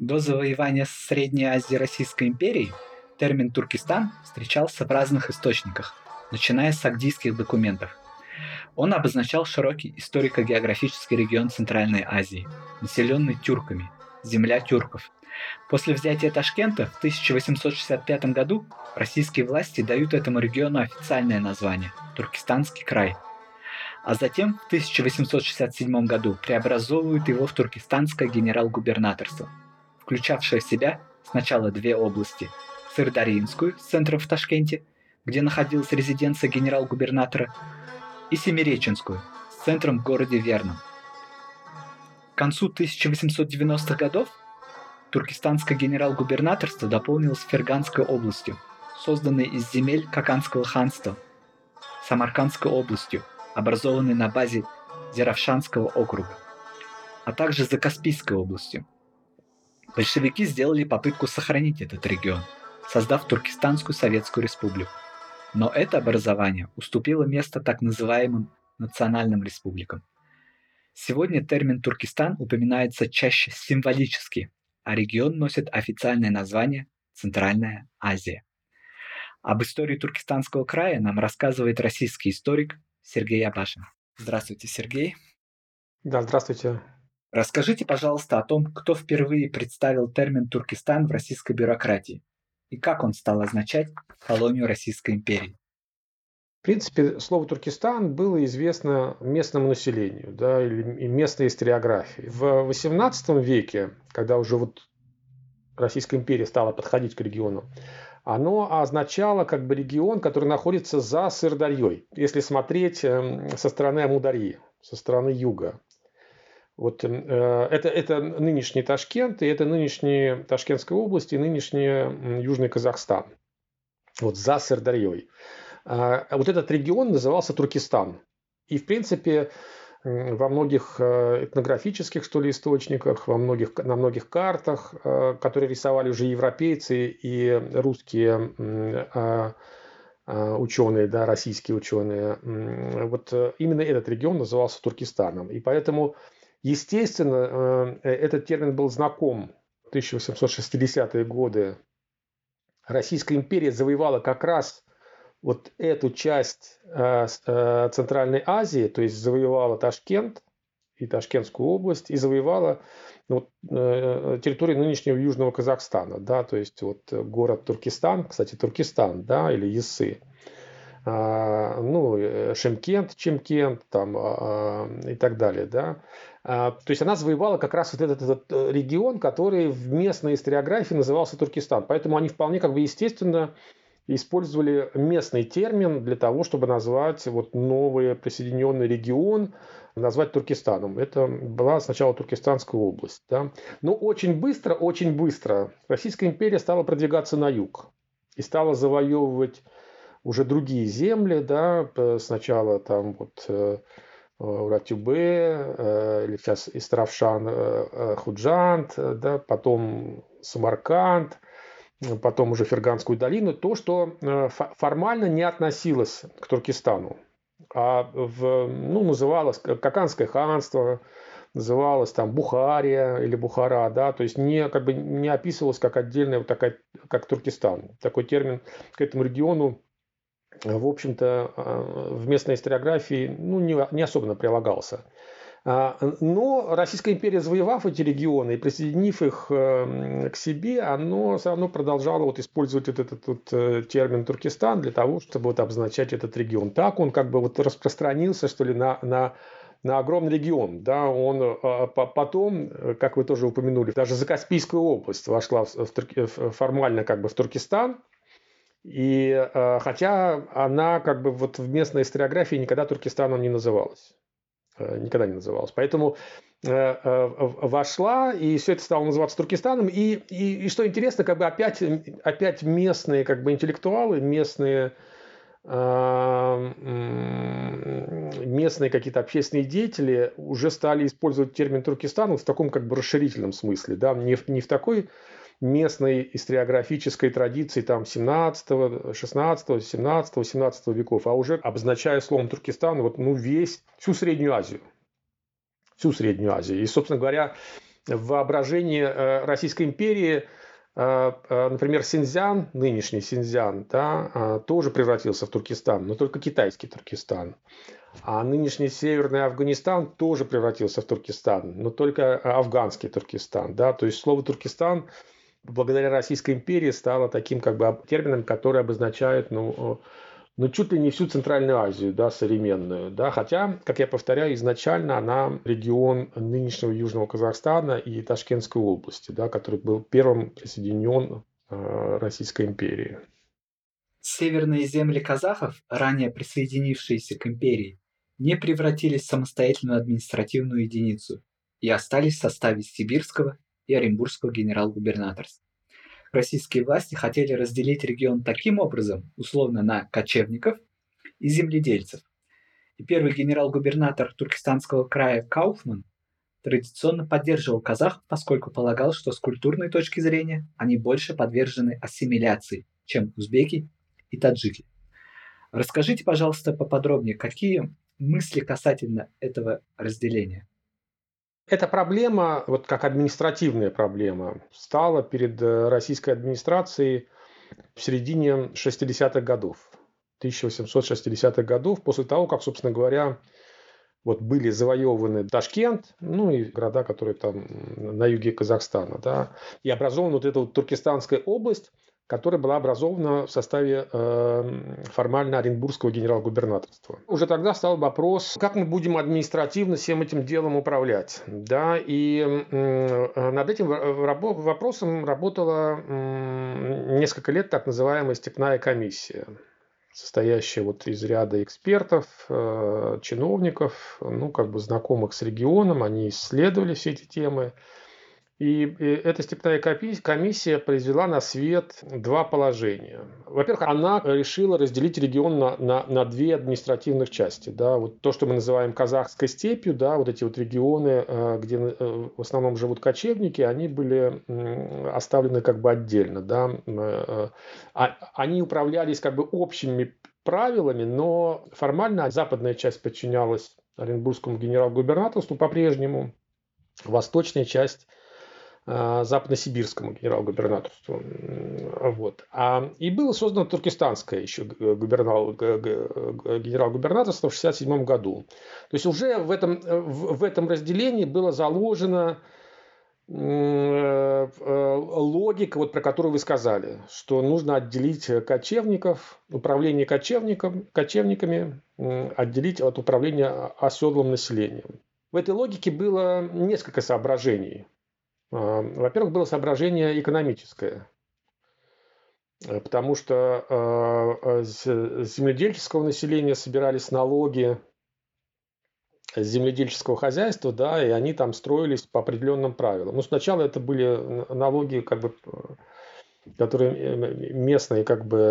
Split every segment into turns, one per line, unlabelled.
До завоевания Средней Азии Российской империей термин «Туркестан» встречался в разных источниках, начиная с агдийских документов. Он обозначал широкий историко-географический регион Центральной Азии, населенный тюрками, земля тюрков. После взятия Ташкента в 1865 году российские власти дают этому региону официальное название – Туркестанский край. А затем в 1867 году преобразовывают его в Туркестанское генерал-губернаторство, включавшее в себя сначала две области – Сырдарьинскую с центром в Ташкенте, где находилась резиденция генерал-губернатора, и Семиреченскую с центром в городе Верном. К концу 1890-х годов Туркестанское генерал-губернаторство дополнилось Ферганской областью, созданной из земель Каканского ханства, Самаркандской областью, образованной на базе Зеравшанского округа, а также Закаспийской областью. Большевики сделали попытку сохранить этот регион, создав Туркестанскую Советскую Республику. Но это образование уступило место так называемым национальным республикам. Сегодня термин «Туркестан» упоминается чаще символически, а регион носит официальное название «Центральная Азия». Об истории Туркестанского края нам рассказывает российский историк Сергей Абашин. Здравствуйте, Сергей.
Да, здравствуйте.
Расскажите, пожалуйста, о том, кто впервые представил термин «Туркестан» в российской бюрократии и как он стал означать колонию Российской империи.
В принципе, слово «Туркестан» было известно местному населению, да, и местной историографии. В XVIII веке, когда уже Российская империя стала подходить к региону, оно означало как бы регион, который находится за Сырдарьей, если смотреть со стороны Амударьи, со стороны юга. Это нынешний Ташкент, и это нынешняя Ташкентская область, и нынешний Южный Казахстан. За Сырдарьей. Этот регион назывался Туркестан. И, в принципе, во многих этнографических, источниках, на многих картах, которые рисовали уже европейцы и русские ученые, да, российские ученые, именно этот регион назывался Туркестаном. И поэтому, естественно, этот термин был знаком. В 1860-е годы Российская империя завоевала как раз эту часть Центральной Азии, то есть завоевала Ташкент и Ташкентскую область, и завоевала территорию нынешнего Южного Казахстана, да, то есть город Туркестан, кстати, Туркестан, да, или Яссы, Шымкент, Чемкент, и так далее, да. То есть она завоевала как раз этот регион, который в местной историографии назывался Туркестан, поэтому они вполне естественно использовали местный термин для того, чтобы назвать новый присоединенный регион, назвать Туркестаном. Это была сначала Туркестанская область. Да. Но очень быстро Российская империя стала продвигаться на юг и стала завоевывать уже другие земли. Да. Сначала Уратюбе, или сейчас Истравшан, Худжанд, да, потом Самарканд, потом уже Ферганскую долину, то, что формально не относилось к Туркестану, а называлось Каканское ханство, называлось Бухария или Бухара, да, то есть не описывалось как отдельная как Туркестан. Такой термин к этому региону, в общем-то, в местной историографии не особенно прилагался. Но Российская империя, завоевав эти регионы и присоединив их к себе, оно все равно продолжало использовать этот термин Туркестан для того, чтобы обозначать этот регион. Так он распространился, что ли, на огромный регион. Да, он потом, как вы тоже упомянули, даже Закаспийская область вошла формально в Туркестан. И хотя она в местной историографии никогда Туркестаном не называлась. Никогда не называлась. Поэтому вошла, и все это стало называться Туркестаном. И что интересно, опять местные интеллектуалы, местные какие-то общественные деятели уже стали использовать термин Туркестан в таком расширительном смысле. Да? Не в такой местной историографической традиции 17, 16, 17, 18 веков, а уже обозначая словом Туркестан всю Среднюю Азию. И, собственно говоря, в воображении Российской империи, например, Синьцзян, нынешний Синьцзян, да, тоже превратился в Туркестан, но только китайский Туркестан. А нынешний Северный Афганистан тоже превратился в Туркестан, но только афганский Туркестан. Да? То есть слово «Туркестан» благодаря Российской империи стало таким как бы термином, который обозначает чуть ли не всю Центральную Азию, да, современную. Да? Хотя, как я повторяю, изначально она регион нынешнего Южного Казахстана и Ташкентской области, да, который был первым присоединен Российской империи.
Северные земли казахов, ранее присоединившиеся к империи, не превратились в самостоятельную административную единицу и остались в составе Сибирского и Оренбургского генерал-губернаторств. Российские власти хотели разделить регион таким образом, условно, на кочевников и земледельцев. И первый генерал-губернатор Туркестанского края Кауфман традиционно поддерживал казахов, поскольку полагал, что с культурной точки зрения они больше подвержены ассимиляции, чем узбеки и таджики. Расскажите, пожалуйста, поподробнее, какие мысли касательно этого разделения?
Эта проблема, вот как административная проблема, стала перед российской администрацией в середине 60-х годов, 1860-х годов, после того, как, собственно говоря, вот были завоеваны Ташкент, ну и города, которые там на юге Казахстана, да, и образована вот эта вот Туркестанская область, которая была образована в составе формально Оренбургского генерал-губернаторства. Уже тогда стал вопрос, как мы будем административно всем этим делом управлять. Да? И над этим вопросом работала несколько лет так называемая степная комиссия, состоящая вот из ряда экспертов, чиновников, знакомых с регионом. Они исследовали все эти темы. И эта степная комиссия произвела на свет два положения. Во-первых, она решила разделить регион на две административных части. Да? Вот то, что мы называем казахской степью, да, вот эти вот регионы, где в основном живут кочевники, они были оставлены как бы отдельно. Да? Они управлялись как бы общими правилами, но формально западная часть подчинялась Оренбургскому генерал-губернаторству по-прежнему, восточная часть западно-сибирскому генерал-губернаторству. Вот. И было создано туркестанское еще генерал-губернаторство в 1967 году. То есть уже в этом разделении была заложена логика, вот про которую вы сказали, что нужно отделить кочевников, управление кочевниками, отделить от управления оседлым населением. В этой логике было несколько соображений. Во-первых, было соображение экономическое, потому что с земледельческого населения собирались налоги с земледельческого хозяйства, да, и они там строились по определенным правилам. Но сначала это были налоги, как бы, которые местные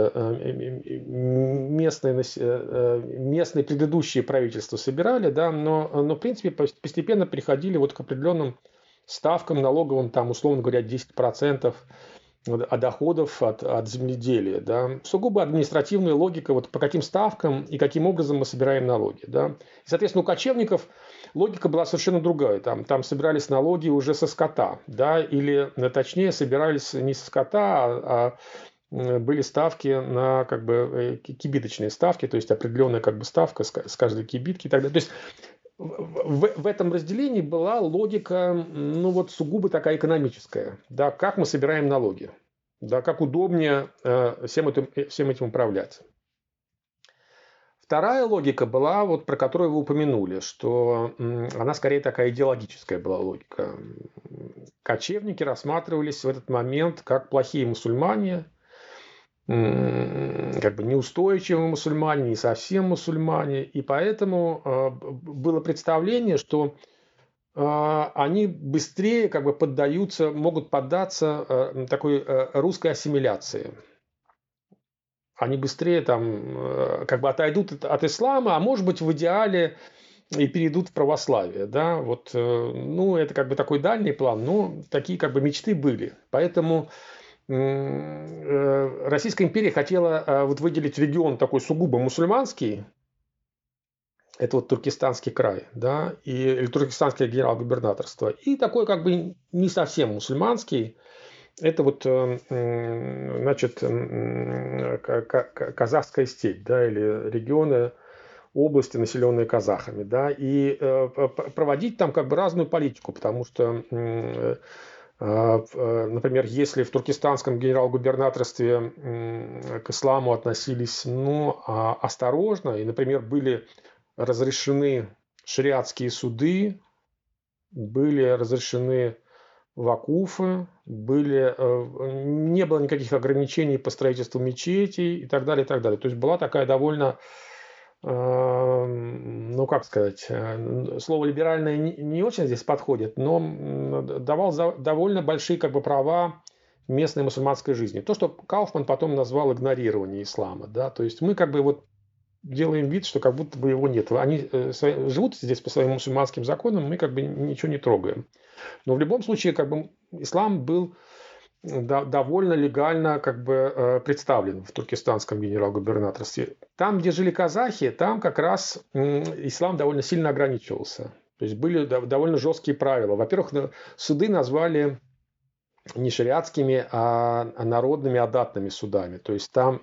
предыдущие правительства собирали, да, но в принципе постепенно приходили вот к определенным ставкам налоговым, там, условно говоря, 10% от доходов от земледелия. Да. Сугубо административная логика, вот по каким ставкам и каким образом мы собираем налоги. Да. И, соответственно, у кочевников логика была совершенно другая. Там собирались налоги уже со скота, да, или точнее собирались не со скота, а были ставки на как бы кибиточные ставки, то есть определенная как бы ставка с каждой кибитки и так далее. То есть в этом разделении была логика, сугубо такая экономическая. Да, как мы собираем налоги, да, как удобнее всем этим управлять. Вторая логика была, вот про которую вы упомянули, что она скорее такая идеологическая была логика. Кочевники рассматривались в этот момент как плохие мусульмане, как бы неустойчивые мусульмане, не совсем мусульмане. И поэтому было представление, что они быстрее как бы могут поддаться такой русской ассимиляции. Они быстрее там как бы отойдут от ислама, а может быть в идеале и перейдут в православие. Да? Вот, это как бы такой дальний план, но такие как бы мечты были. Поэтому Российская империя хотела вот выделить регион такой сугубо мусульманский, это вот Туркестанский край, да, или Туркестанское генерал-губернаторство. И такой как бы не совсем мусульманский, это вот, значит, казахская степь, да, или регионы, области, населенные казахами, да, и проводить там как бы разную политику, потому что, например, если в туркестанском генерал-губернаторстве к исламу относились, ну, осторожно, и, например, были разрешены шариатские суды, были разрешены вакуфы, не было никаких ограничений по строительству мечетей и так далее, и так далее. То есть была такая довольно, ну как сказать, слово либеральное не очень здесь подходит, но давал довольно большие как бы права местной мусульманской жизни. То, что Кауфман потом назвал игнорирование ислама. Да? То есть мы как бы вот делаем вид, что как будто бы его нет. Они живут здесь по своим мусульманским законам, мы как бы ничего не трогаем. Но в любом случае, как бы, ислам был довольно легально как бы представлен в туркестанском генерал-губернаторстве. Там, где жили казахи, там как раз ислам довольно сильно ограничивался. То есть были довольно жесткие правила. Во-первых, суды назвали не шариатскими, а народными адатными судами. То есть там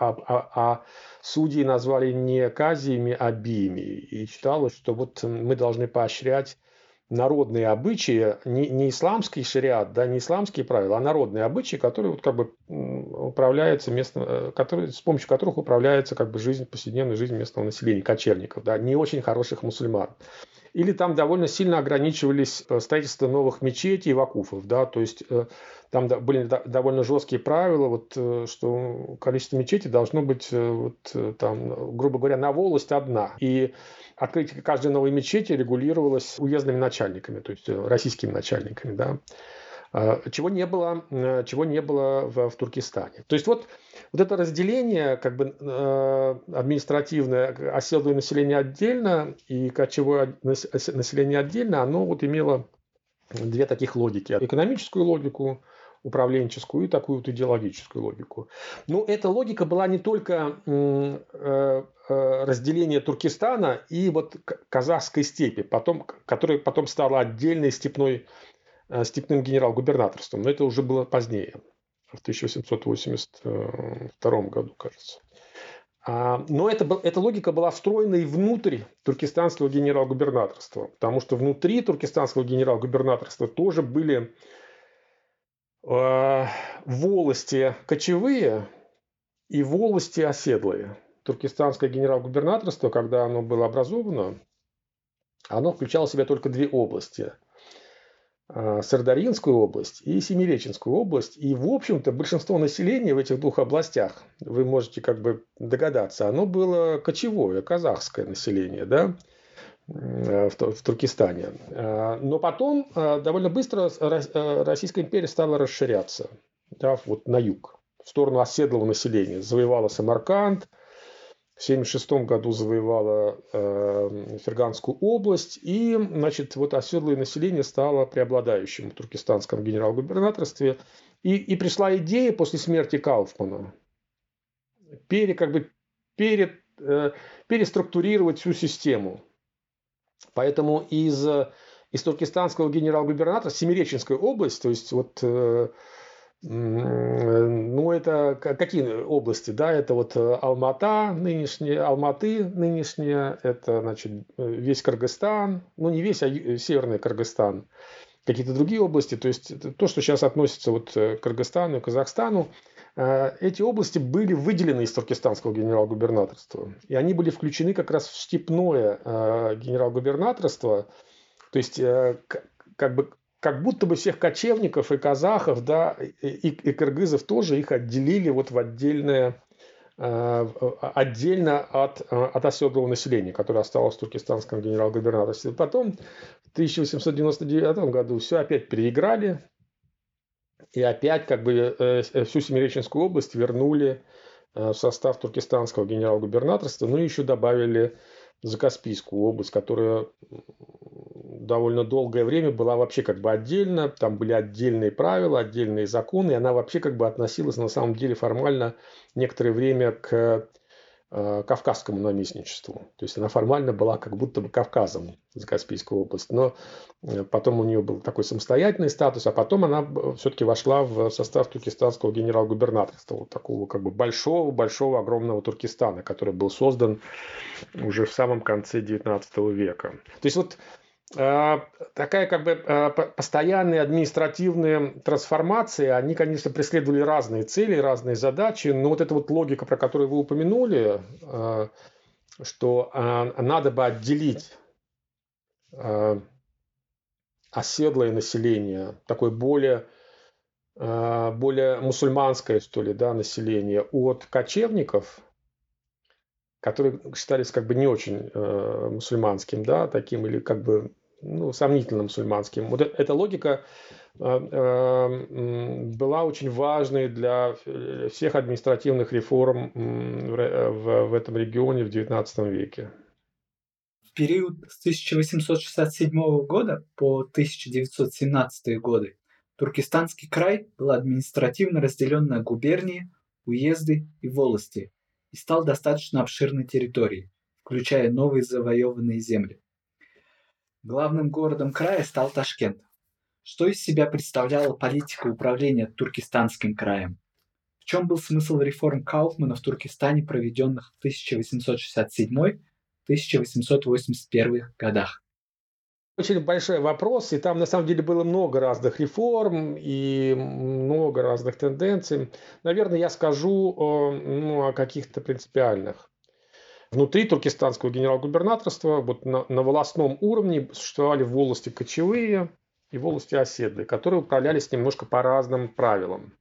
судьи назвали не казиями, а биями. И считалось, что вот мы должны поощрять народные обычаи, не исламский шариат, да, не исламские правила, а народные обычаи, которые вот как бы управляются с помощью которых управляется как бы повседневная жизнь местного населения, кочевников, да, не очень хороших мусульман. Или там довольно сильно ограничивались строительство новых мечетей и вакуфов, да, то есть там были довольно жесткие правила, вот, что количество мечетей должно быть, там, грубо говоря, на волость одна. И открытие каждой новой мечети регулировалось уездными начальниками, то есть российскими начальниками, да. Чего не было в Туркестане. То есть вот это разделение как бы административное, оседлое население отдельно и кочевое население отдельно, оно вот имело две таких логики. Экономическую логику, управленческую и такую вот идеологическую логику. Но эта логика была не только разделение Туркестана и вот казахской степи, которая потом стала отдельной степным генерал-губернаторством. Но это уже было позднее, в 1882 году, кажется. Но эта логика была встроена и внутрь туркестанского генерал-губернаторства, потому что внутри туркестанского генерал-губернаторства тоже были волости кочевые и волости оседлые. Туркестанское генерал-губернаторство, когда оно было образовано, оно включало в себя только две области. Сырдарьинскую область и Семиреченскую область. И, в общем-то, большинство населения в этих двух областях, вы можете как бы догадаться, оно было кочевое, казахское население, да, в Туркестане. Но потом довольно быстро Российская империя стала расширяться, да, вот на юг, в сторону оседлого населения. Завоевала Самарканд, в 1976 году завоевала Ферганскую область, и, значит, вот оседлое население стало преобладающим в туркестанском генерал-губернаторстве. И пришла идея после смерти Кауфмана переструктурировать всю систему. Поэтому из туркестанского генерал-губернатора Семиреченская область, то есть вот... Ну, это какие области, да, это вот Алматы нынешняя, это, значит, весь Кыргызстан, ну, не весь, а северный Кыргызстан, какие-то другие области, то есть то, что сейчас относится вот к Кыргызстану и Казахстану, эти области были выделены из туркестанского генерал-губернаторства, и они были включены как раз в степное генерал-губернаторство, то есть как будто бы всех кочевников и казахов, да, и кыргызов тоже их отделили вот в отдельно от оседлого населения, которое осталось в туркестанском генерал-губернаторстве. Потом в 1899 году все опять переиграли, и опять как бы всю Семиреченскую область вернули в состав туркестанского генерал-губернаторства, ну и еще добавили Закаспийскую область, которая довольно долгое время была вообще как бы отдельно, там были отдельные правила, отдельные законы, и она вообще как бы относилась на самом деле формально некоторое время к Кавказскому наместничеству. То есть она формально была как будто бы Кавказом за Каспийскую область. Но потом у нее был такой самостоятельный статус, а потом она все-таки вошла в состав туркестанского генерал-губернаторства, вот такого как бы большого, огромного Туркестана, который был создан уже в самом конце XIX века. То есть вот такая как бы постоянные административные трансформации, они, конечно, преследовали разные цели, разные задачи, но вот эта вот логика, про которую вы упомянули, что надо бы отделить оседлое население, такое более мусульманское, что ли, да, население от кочевников, которые считались как бы не очень мусульманским, да, таким или как бы сомнительно мусульманским. Вот эта логика была очень важной для всех административных реформ в этом регионе в XIX веке.
В период с 1867 года по 1917 годы Туркестанский край был административно разделен на губернии, уезды и волости и стал достаточно обширной территорией, включая новые завоеванные земли. Главным городом края стал Ташкент. Что из себя представляла политика управления Туркестанским краем? В чем был смысл реформ Кауфмана в Туркестане, проведенных в 1867-1881 годах?
Очень большой вопрос, и там на самом деле было много разных реформ и много разных тенденций. Наверное, я скажу о каких-то принципиальных. Внутри туркестанского генерал-губернаторства вот на волостном уровне существовали волости кочевые и волости оседлые, которые управлялись немножко по разным правилам.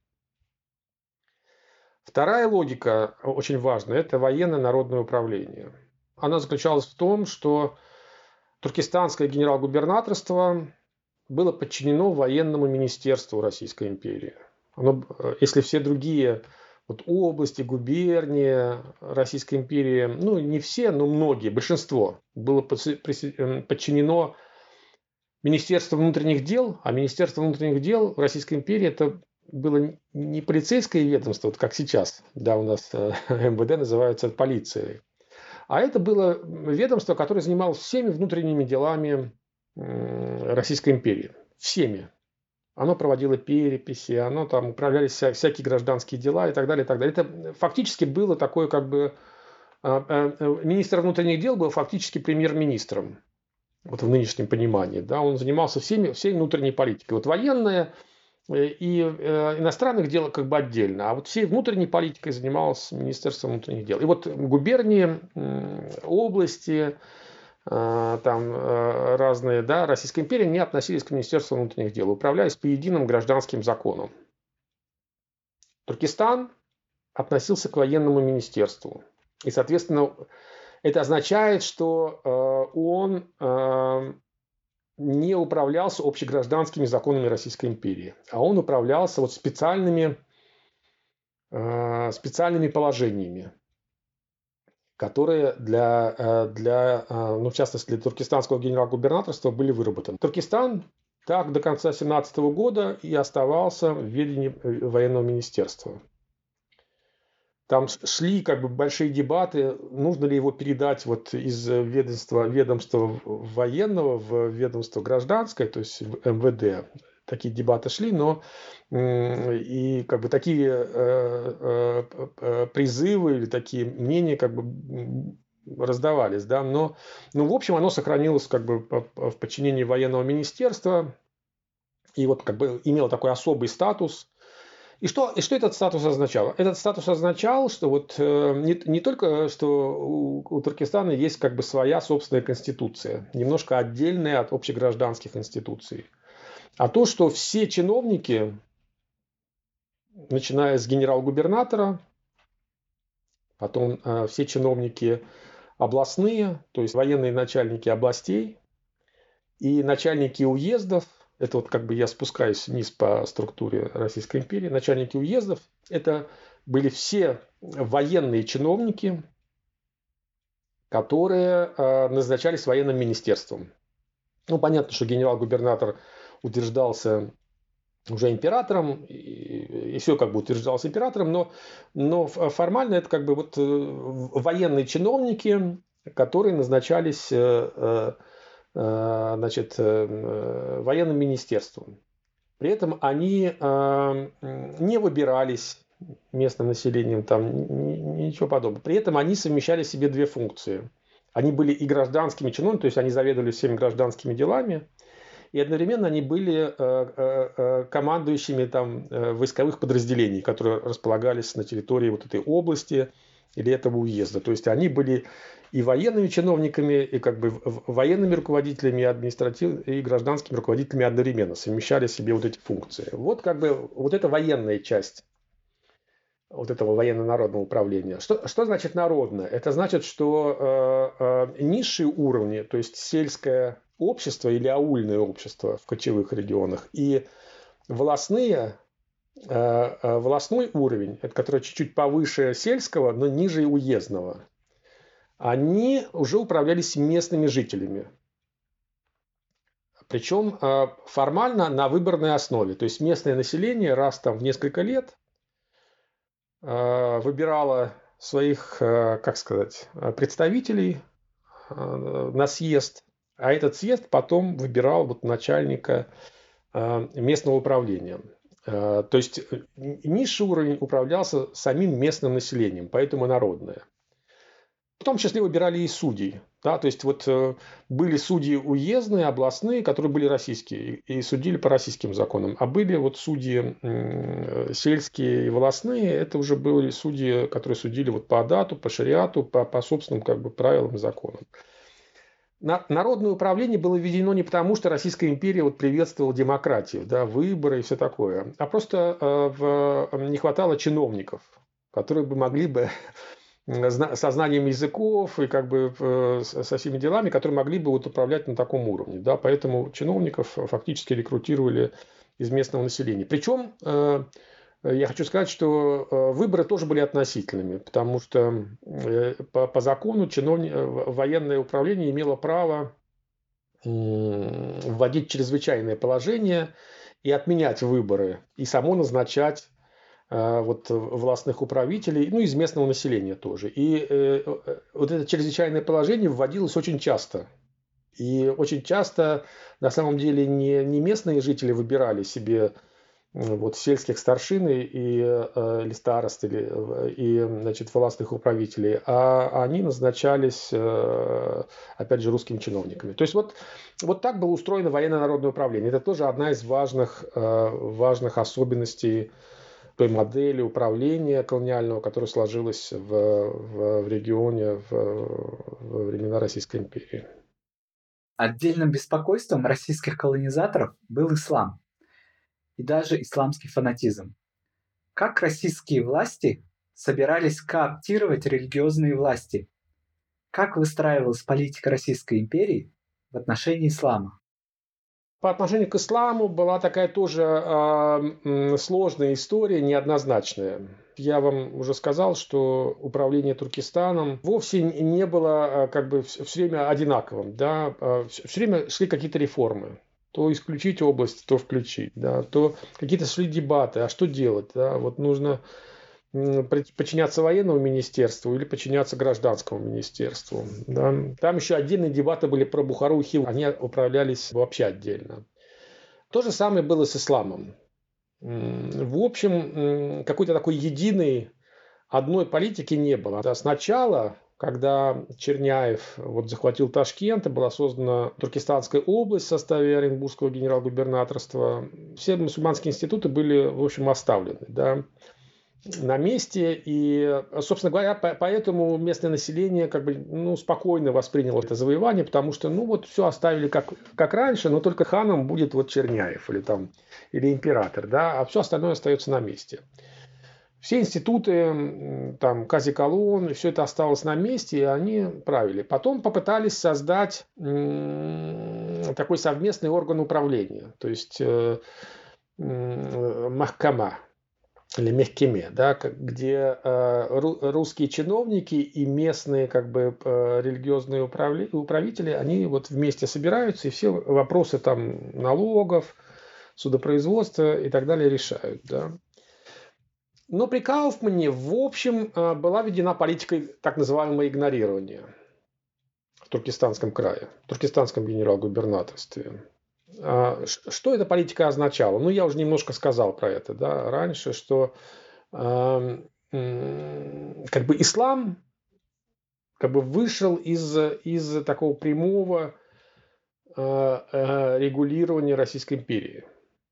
Вторая логика, очень важная, это военное народное управление. Она заключалась в том, что туркестанское генерал-губернаторство было подчинено военному министерству Российской империи. Если все другие области, губернии Российской империи, не все, но многие, большинство, было подчинено Министерству внутренних дел, а Министерство внутренних дел в Российской империи это было не полицейское ведомство, вот как сейчас, да, у нас МВД называется полицией, а это было ведомство, которое занималось всеми внутренними делами Российской империи. Всеми. Оно проводило переписи, оно там управлялись всякие гражданские дела и так далее, и так далее. Это фактически было такое как бы... Министр внутренних дел был фактически премьер-министром. Вот в нынешнем понимании. Да, он занимался всей внутренней политикой. Вот военная и иностранных дел как бы отдельно. А вот всей внутренней политикой занималось Министерство внутренних дел. И вот губернии, области, там разные, да, Российской империи не относились к Министерству внутренних дел, управлялись по единым гражданским законам. Туркестан относился к военному министерству. И, соответственно, это означает, что он не управлялся общегражданскими законами Российской империи, а он управлялся вот специальными положениями, которые в частности, для туркестанского генерал-губернаторства были выработаны. Туркестан так до конца 17 года и оставался в ведении военного министерства. Там шли как бы большие дебаты, нужно ли его передать вот из ведомства военного в ведомство гражданское, то есть в МВД. Такие дебаты шли, но и как бы такие призывы или такие мнения как бы раздавались, да, но в общем оно сохранилось как бы в подчинении военного министерства и вот как бы имело такой особый статус. И что этот статус означал? Этот статус означал, что вот не только, что у Туркестана есть как бы своя собственная конституция, немножко отдельная от общегражданских институций, а то, что все чиновники, начиная с генерал-губернатора, потом все чиновники областные, то есть военные начальники областей и начальники уездов, это вот как бы я спускаюсь вниз по структуре Российской империи. Начальники уездов – это были все военные чиновники, которые назначались военным министерством. Понятно, что генерал-губернатор утверждался уже императором, и все как бы утверждалось императором, но формально это как бы вот военные чиновники, которые назначались значит, военным министерством. При этом они не выбирались местным населением, там ничего подобного. При этом они совмещали в себе две функции. Они были и гражданскими чиновниками, то есть они заведовали всеми гражданскими делами, и одновременно они были командующими там войсковых подразделений, которые располагались на территории вот этой области или этого уезда. То есть они были и военными чиновниками, и как бы военными руководителями, и гражданскими руководителями одновременно, совмещали в себе вот эти функции. Вот как бы вот эта военная часть вот этого военно-народного управления. Что значит народное? Это значит, что низшие уровни, то есть сельское общество или аульное общество в кочевых регионах, и волостной уровень, это который чуть-чуть повыше сельского, но ниже уездного, они уже управлялись местными жителями. Причем формально на выборной основе. То есть местное население раз там в несколько лет выбирало своих, как сказать, представителей на съезд, а этот съезд потом выбирал вот начальника местного управления. То есть низший уровень управлялся самим местным населением, поэтому народное. В том числе выбирали и судей. Да, то есть вот были судьи уездные, областные, которые были российские и судили по российским законам. А были вот судьи сельские и волостные, это уже были судьи, которые судили вот по адату, по шариату, по собственным как бы правилам и законам. Народное управление было введено не потому, что Российская империя вот приветствовала демократию, да, выборы и все такое, а просто не хватало чиновников, которые бы могли бы со знанием языков и как бы со всеми делами, которые могли бы вот управлять на таком уровне. Да? Поэтому чиновников фактически рекрутировали из местного населения. Причем я хочу сказать, что выборы тоже были относительными, потому что по закону военное управление имело право вводить чрезвычайное положение и отменять выборы, и само назначать вот властных управителей, ну, из местного населения тоже. И вот это чрезвычайное положение вводилось очень часто. И очень часто, на самом деле, не местные жители выбирали себе вот сельских старшин или старост, и значит, властных управителей, а они назначались, опять же, русскими чиновниками. То есть вот так было устроено военно-народное управление. Это тоже одна из важных особенностей той модели управления колониального, которая сложилась в регионе во времена Российской империи.
Отдельным беспокойством российских колонизаторов был ислам и даже исламский фанатизм. Как российские власти собирались кооптировать религиозные власти? Как выстраивалась политика Российской империи в отношении ислама?
По отношению к исламу была такая тоже сложная история, неоднозначная. Я вам уже сказал, что управление Туркестаном вовсе не было как бы все время одинаковым. Да? Все время шли какие-то реформы. То исключить область, то включить. Да? То какие-то шли дебаты. А что делать? Да? Вот нужно подчиняться военному министерству или подчиняться гражданскому министерству. Да. Там еще отдельные дебаты были про Бухару и Хиву. Они управлялись вообще отдельно. То же самое было с исламом. В общем, какой-то такой единой одной политики не было. Сначала, когда Черняев вот захватил Ташкент, и была создана Туркестанская область в составе Оренбургского генерал-губернаторства, все мусульманские институты были, в общем, оставлены. Да, на месте, и, собственно говоря, поэтому местное население как бы, спокойно восприняло это завоевание, потому что, вот все оставили как раньше, но только ханом будет вот Черняев или император, да, а все остальное остается на месте. Все институты, там, Кази-Колон, все это осталось на месте, и они правили. Потом попытались создать такой совместный орган управления, то есть Махкама, или Мехкеме, да, где русские чиновники и местные как бы религиозные управители, они вот вместе собираются, и все вопросы там налогов, судопроизводство и так далее решают. Да. Но при Кауфмане, в общем, была введена политика так называемого игнорирования в Туркестанском крае, в Туркестанском генерал-губернаторстве. Что эта политика означала? Ну, я уже немножко сказал про это, да, раньше, что как бы ислам как бы вышел из такого прямого регулирования Российской империи.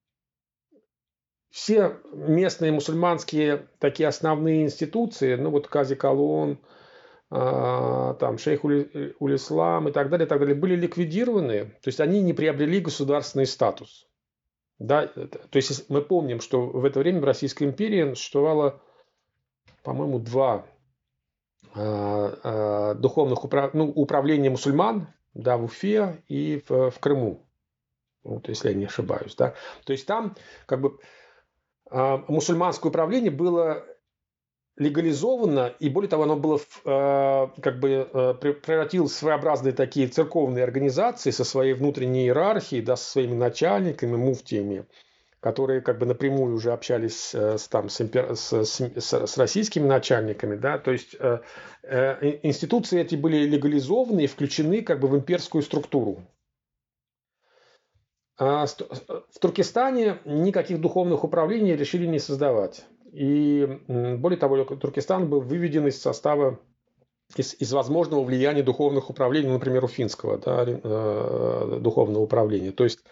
Все местные мусульманские такие основные институции, ну вот Кази Калон, там шейх Улислам и так далее, были ликвидированы, то есть они не приобрели государственный статус. Да? То есть мы помним, что в это время в Российской империи существовало, по-моему, два духовных управления мусульман, да, в Уфе и в Крыму, вот, если я не ошибаюсь. Да? То есть там как бы мусульманское управление было легализовано, и более того, оно было как бы превратилось в своеобразные такие церковные организации со своей внутренней иерархией, да, со своими начальниками, муфтиями, которые как бы напрямую уже общались с российскими начальниками. Да, то есть институции эти были легализованы и включены как бы в имперскую структуру. В Туркестане никаких духовных управлений решили не создавать. И более того, Туркестан был выведен из состава, из возможного влияния духовных управлений, например, уфимского, да, духовного управления. То есть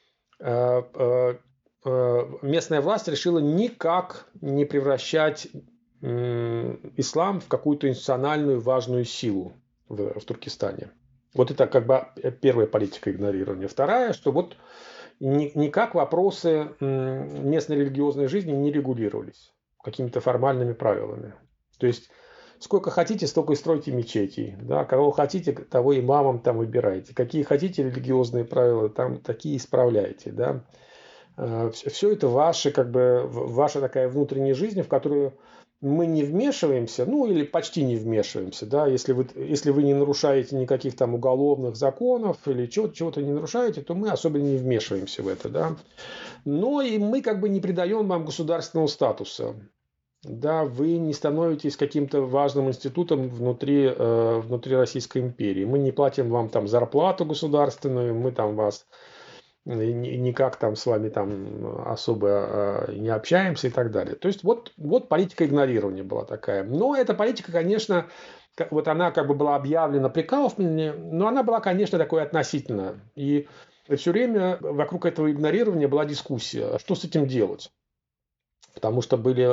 местная власть решила никак не превращать ислам в какую-то институциональную важную силу в Туркестане. Вот это как бы первая политика игнорирования. Вторая, что вот никак вопросы местной религиозной жизни не регулировались какими-то формальными правилами. То есть сколько хотите, столько и стройте мечетей. Да? Кого хотите, того имамом там выбирайте. Какие хотите религиозные правила, там такие исправляйте. Да? Все это ваша такая внутренняя жизнь, в которую мы не вмешиваемся, ну или почти не вмешиваемся, да, если вы не нарушаете никаких там уголовных законов или чего-то не нарушаете, то мы особенно не вмешиваемся в это, да. Но и мы как бы не придаем вам государственного статуса, да, вы не становитесь каким-то важным институтом внутри Российской империи, мы не платим вам там зарплату государственную, мы там вас никак там с вами там особо не общаемся и так далее. То есть вот политика игнорирования была такая. Но эта политика, конечно, вот она как бы была объявлена при Кауфмане, но она была, конечно, такой относительно. И все время вокруг этого игнорирования была дискуссия, что с этим делать. Потому что были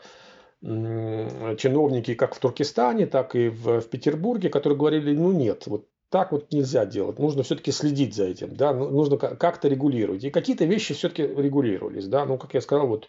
чиновники как в Туркестане, так и в Петербурге, которые говорили, ну нет, вот так вот нельзя делать. Нужно все-таки следить за этим. Да? Нужно как-то регулировать. И какие-то вещи все-таки регулировались. Да? Ну, как я сказал, вот,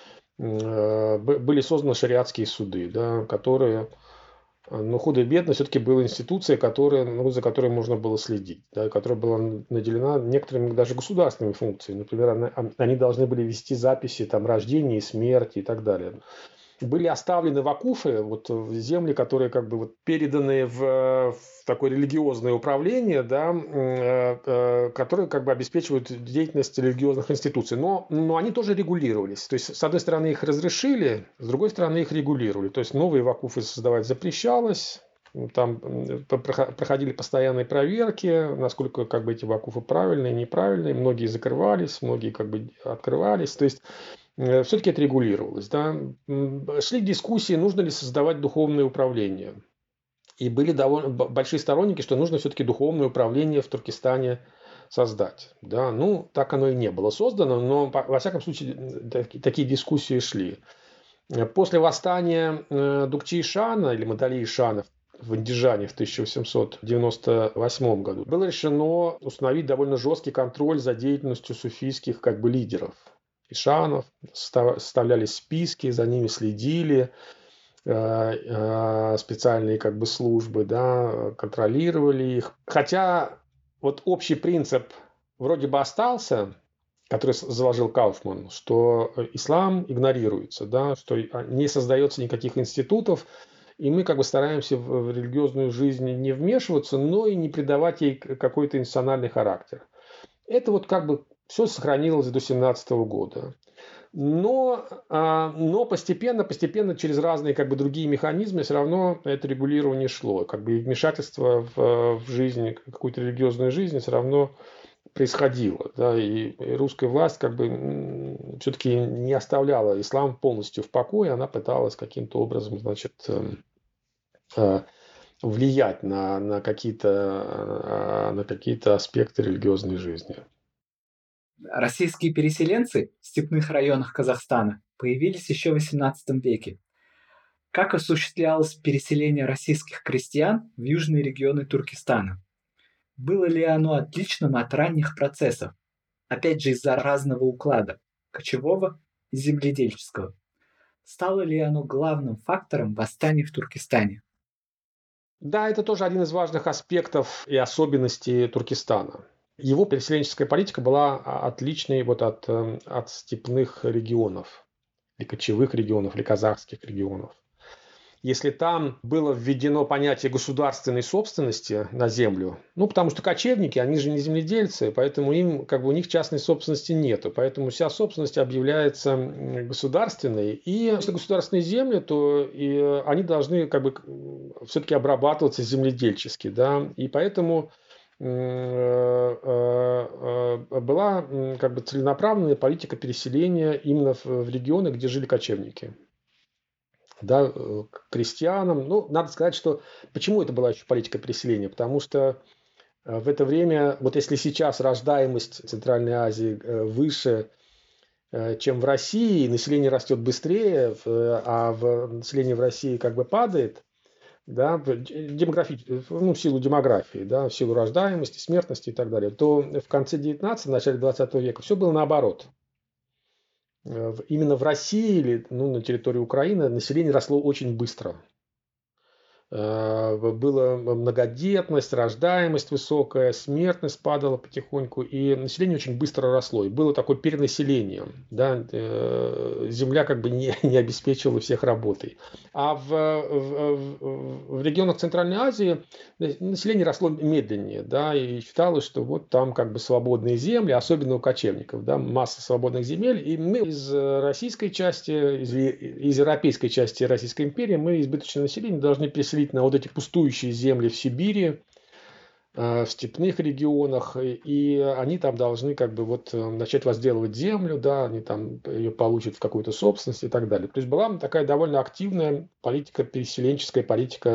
были созданы шариатские суды, да, которые, ну, худо-бедно, все-таки была институция, за которой можно было следить. Да, которая была наделена некоторыми даже государственными функциями. Например, они должны были вести записи там, рождения и смерти и так далее. Были оставлены вакуфы, вот земли, которые как бы вот переданы в такое религиозное управление, да, которые как бы обеспечивают деятельность религиозных институций. Но они тоже регулировались. То есть, с одной стороны, их разрешили, с другой стороны, их регулировали. То есть, новые вакуфы создавать запрещалось. Там проходили постоянные проверки, насколько как бы эти вакуфы правильные, неправильные. Многие закрывались, многие как бы открывались. То есть, все-таки это регулировалось. Да? Шли дискуссии, нужно ли создавать духовное управление. И были довольно большие сторонники, что нужно все-таки духовное управление в Туркестане создать. Да? Ну, так оно и не было создано, но, во всяком случае, такие дискуссии шли. После восстания Дукчи-Ишана или Мадали-Ишана в Андижане в 1898 году было решено установить довольно жесткий контроль за деятельностью суфийских как бы лидеров. Ишанов, составлялись списки, за ними следили, специальные как бы службы, да, контролировали их. Хотя вот общий принцип вроде бы остался, который заложил Кауфман, что ислам игнорируется, да, что не создается никаких институтов, и мы как бы стараемся в религиозную жизнь не вмешиваться, но и не придавать ей какой-то институциональный характер. Это вот как бы Все сохранилось до 17 года. Но постепенно через разные как бы другие механизмы все равно это регулирование шло. Как бы и вмешательство в жизнь, какую-то религиозную жизнь все равно происходило. Да, и русская власть как бы все-таки не оставляла ислам полностью в покое, она пыталась каким-то образом, значит, влиять на какие-то аспекты религиозной жизни.
Российские переселенцы в степных районах Казахстана появились еще в XVIII веке. Как осуществлялось переселение российских крестьян в южные регионы Туркестана? Было ли оно отличным от ранних процессов? Опять же из-за разного уклада – кочевого и земледельческого. Стало ли оно главным фактором восстаний в Туркестане?
Да, это тоже один из важных аспектов и особенностей Туркестана. Его переселенческая политика была отличной вот от степных регионов, или кочевых регионов, или казахских регионов. Если там было введено понятие государственной собственности на землю, ну, потому что кочевники, они же не земледельцы, поэтому им, как бы у них частной собственности нету, поэтому вся собственность объявляется государственной, и если государственные земли, то и они должны как бы все-таки обрабатываться земледельчески, да, и поэтому была как бы целенаправленная политика переселения именно в регионы, где жили кочевники. Да, к крестьянам. Ну, надо сказать, что почему это была еще политика переселения? Потому что в это время, вот если сейчас рождаемость в Центральной Азии выше, чем в России, население растет быстрее, а население в России как бы падает, да, в силу демографии, да, в силу рождаемости, смертности и так далее, то в конце 19-го, начале 20 века все было наоборот. Именно в России или на территории Украины население росло очень быстро. Была многодетность, рождаемость высокая, смертность падала потихоньку, и население очень быстро росло. И было такое перенаселение. Да? Земля как бы не обеспечивала всех работой. А в регионах Центральной Азии население росло медленнее. Да? И считалось, что вот там как бы свободные земли, особенно у кочевников. Да? Масса свободных земель. И мы из российской части, из европейской части Российской империи, мы избыточное население должны переселить на вот эти пустующие земли в Сибири, в степных регионах, и они там должны как бы вот начать возделывать землю, да, они там ее получат в какую-то собственность и так далее. То есть была такая довольно активная политика, переселенческая политика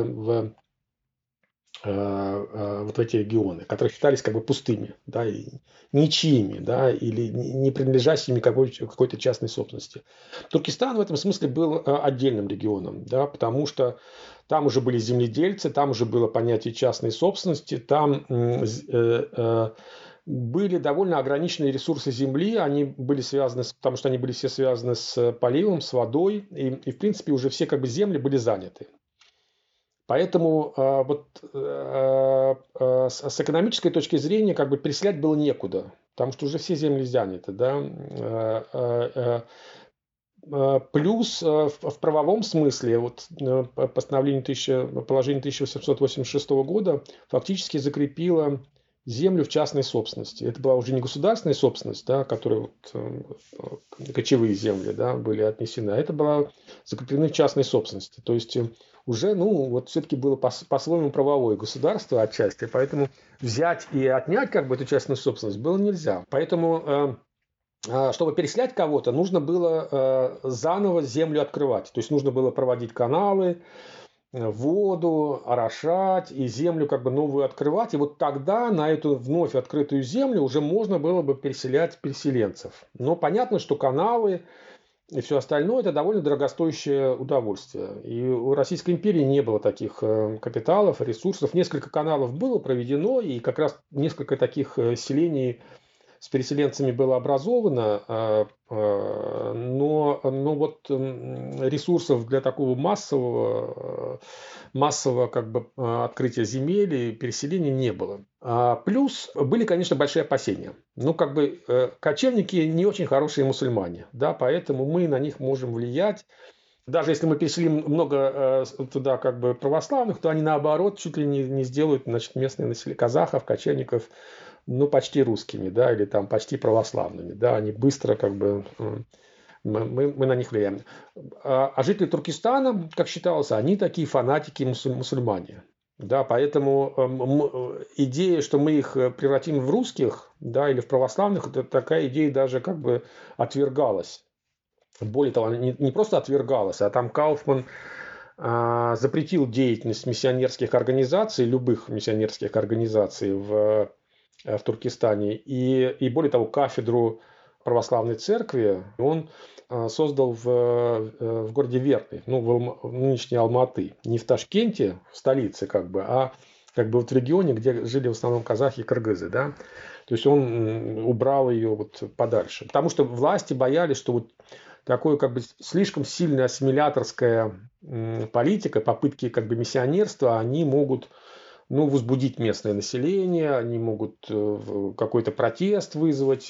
вот в эти регионы, которые считались как бы пустыми, да, и ничьими, да, или не принадлежащими какой-то частной собственности. Туркестан в этом смысле был отдельным регионом, да, потому что там уже были земледельцы, там уже было понятие частной собственности, там были довольно ограниченные ресурсы земли, они были связаны, потому что они были все связаны с поливом, с водой, и в принципе уже все как бы земли были заняты. Поэтому с экономической точки зрения как бы переселять было некуда, потому что уже все земли заняты. Да? Плюс в правовом смысле вот, положение 1886 года фактически закрепило землю в частной собственности. Это была уже не государственная собственность, да, которая кочевые земли, да, были отнесены, а это была закреплены в частной собственности. То есть уже, все-таки было по-своему правовое государство отчасти, поэтому взять и отнять как бы эту частную собственность было нельзя. Поэтому, чтобы переселять кого-то, нужно было заново землю открывать. То есть нужно было проводить каналы, воду, орошать и землю как бы новую открывать. И вот тогда на эту вновь открытую землю уже можно было бы переселять переселенцев. Но понятно, что каналы и все остальное – это довольно дорогостоящее удовольствие. И у Российской империи не было таких капиталов, ресурсов. Несколько каналов было проведено, и как раз несколько таких селений с переселенцами было образовано, но вот ресурсов для такого массового как бы открытия земель и переселения не было. Плюс были, конечно, большие опасения. Как бы кочевники не очень хорошие мусульмане, да, поэтому мы на них можем влиять Даже если мы переселим много туда как бы православных, то они наоборот чуть ли не сделают, значит, местные население казахов, кочевников, ну, почти русскими, да, или там почти православными, да, они быстро как бы мы на них влияем. А жители Туркестана, как считалось, они такие фанатики мусульмане. Да, поэтому идея, что мы их превратим в русских, да, или в православных, такая идея даже как бы отвергалась. Более того, она не просто отвергалась, а там Кауфман запретил деятельность миссионерских организаций, любых миссионерских организаций в Туркестане. И более того, кафедру православной церкви он создал в городе Верный, ну, в нынешней Алматы. Не в Ташкенте, в столице, как бы, а как бы вот в регионе, где жили в основном казахи и кыргызы, да. То есть он убрал ее вот подальше. Потому что власти боялись, что вот такое как бы слишком сильная ассимиляторская политика, попытки как бы миссионерства, они могут, ну, возбудить местное население, они могут какой-то протест вызвать.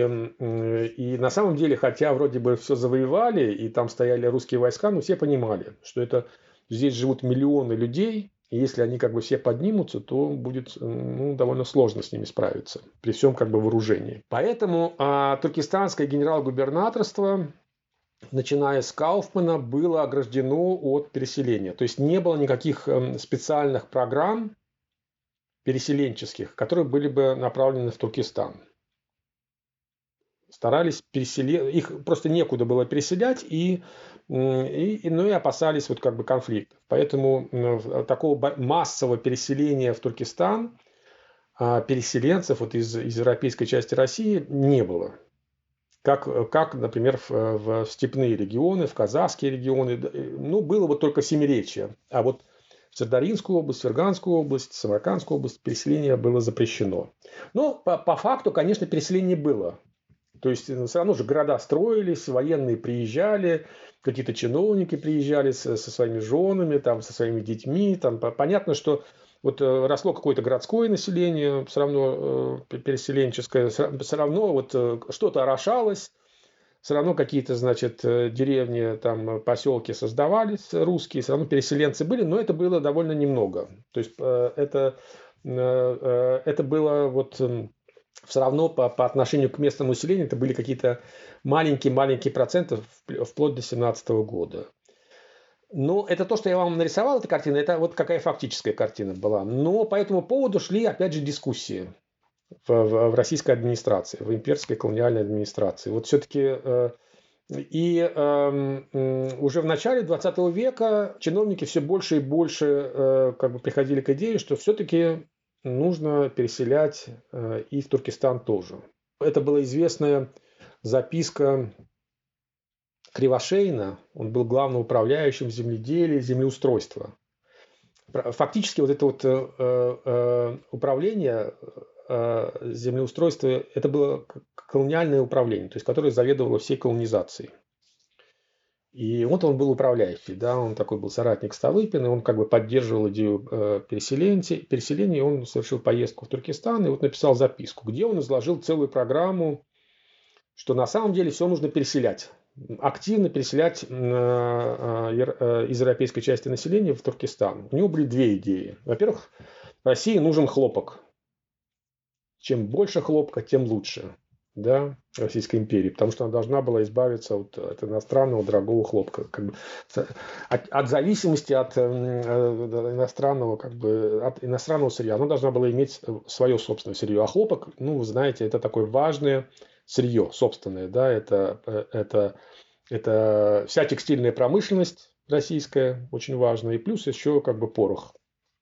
И на самом деле, хотя вроде бы все завоевали, и там стояли русские войска, но все понимали, что это здесь живут миллионы людей, и если они как бы все поднимутся, то будет, ну, довольно сложно с ними справиться при всем как бы вооружении. Поэтому туркестанское генерал-губернаторство, начиная с Кауфмана, было ограждено от переселения. То есть не было никаких специальных программ переселенческих, которые были бы направлены в Туркестан. Старались переселить, их просто некуда было переселять, ну, и опасались вот как бы конфликтов. Поэтому такого массового переселения в Туркестан переселенцев вот из европейской части России не было. Как, например, в степные регионы, в казахские регионы, ну, было вот только Семиречье. А вот в Сырдарьинскую область, Ферганскую область, Самаркандскую область переселение было запрещено. Но по факту, конечно, переселение было. То есть все равно же города строились, военные приезжали, какие-то чиновники приезжали со своими женами, там, со своими детьми. Там, понятно, что вот росло какое-то городское население, все равно переселенческое, все равно вот что-то орошалось, все равно какие-то, значит, деревни, там, поселки создавались русские, все равно переселенцы были, но это было довольно немного. То есть это было вот все равно по отношению к местному населению это были какие-то маленькие проценты вплоть до 17 года. Ну, это то, что я вам нарисовал, эта картина, это вот какая фактическая картина была. Но по этому поводу шли, опять же, дискуссии в российской администрации, в имперской колониальной администрации. Вот все-таки уже в начале 20 века чиновники все больше и больше как бы приходили к идее, что все-таки нужно переселять и в Туркестан тоже. Это была известная записка Кривошеина, он был главным управляющим земледелия, землеустройства. Фактически вот это вот управление землеустройства, это было колониальное управление, то есть которое заведовало всей колонизацией. И вот он был управляющий, да, он такой был соратник Столыпина, он как бы поддерживал идею переселения, и он совершил поездку в Туркестан и вот написал записку, где он изложил целую программу, что на самом деле все нужно переселять, активно переселять из европейской части населения в Туркестан. У него были две идеи. Во-первых, России нужен хлопок. Чем больше хлопка, тем лучше. Да, Российской империи, потому что она должна была избавиться от иностранного дорогого хлопка, как бы, от зависимости от иностранного, как бы, от иностранного сырья. Она должна была иметь свое собственное сырье. А хлопок, ну, вы знаете, это такое важное сырье собственное, да, это вся текстильная промышленность российская очень важная, и плюс еще как бы порох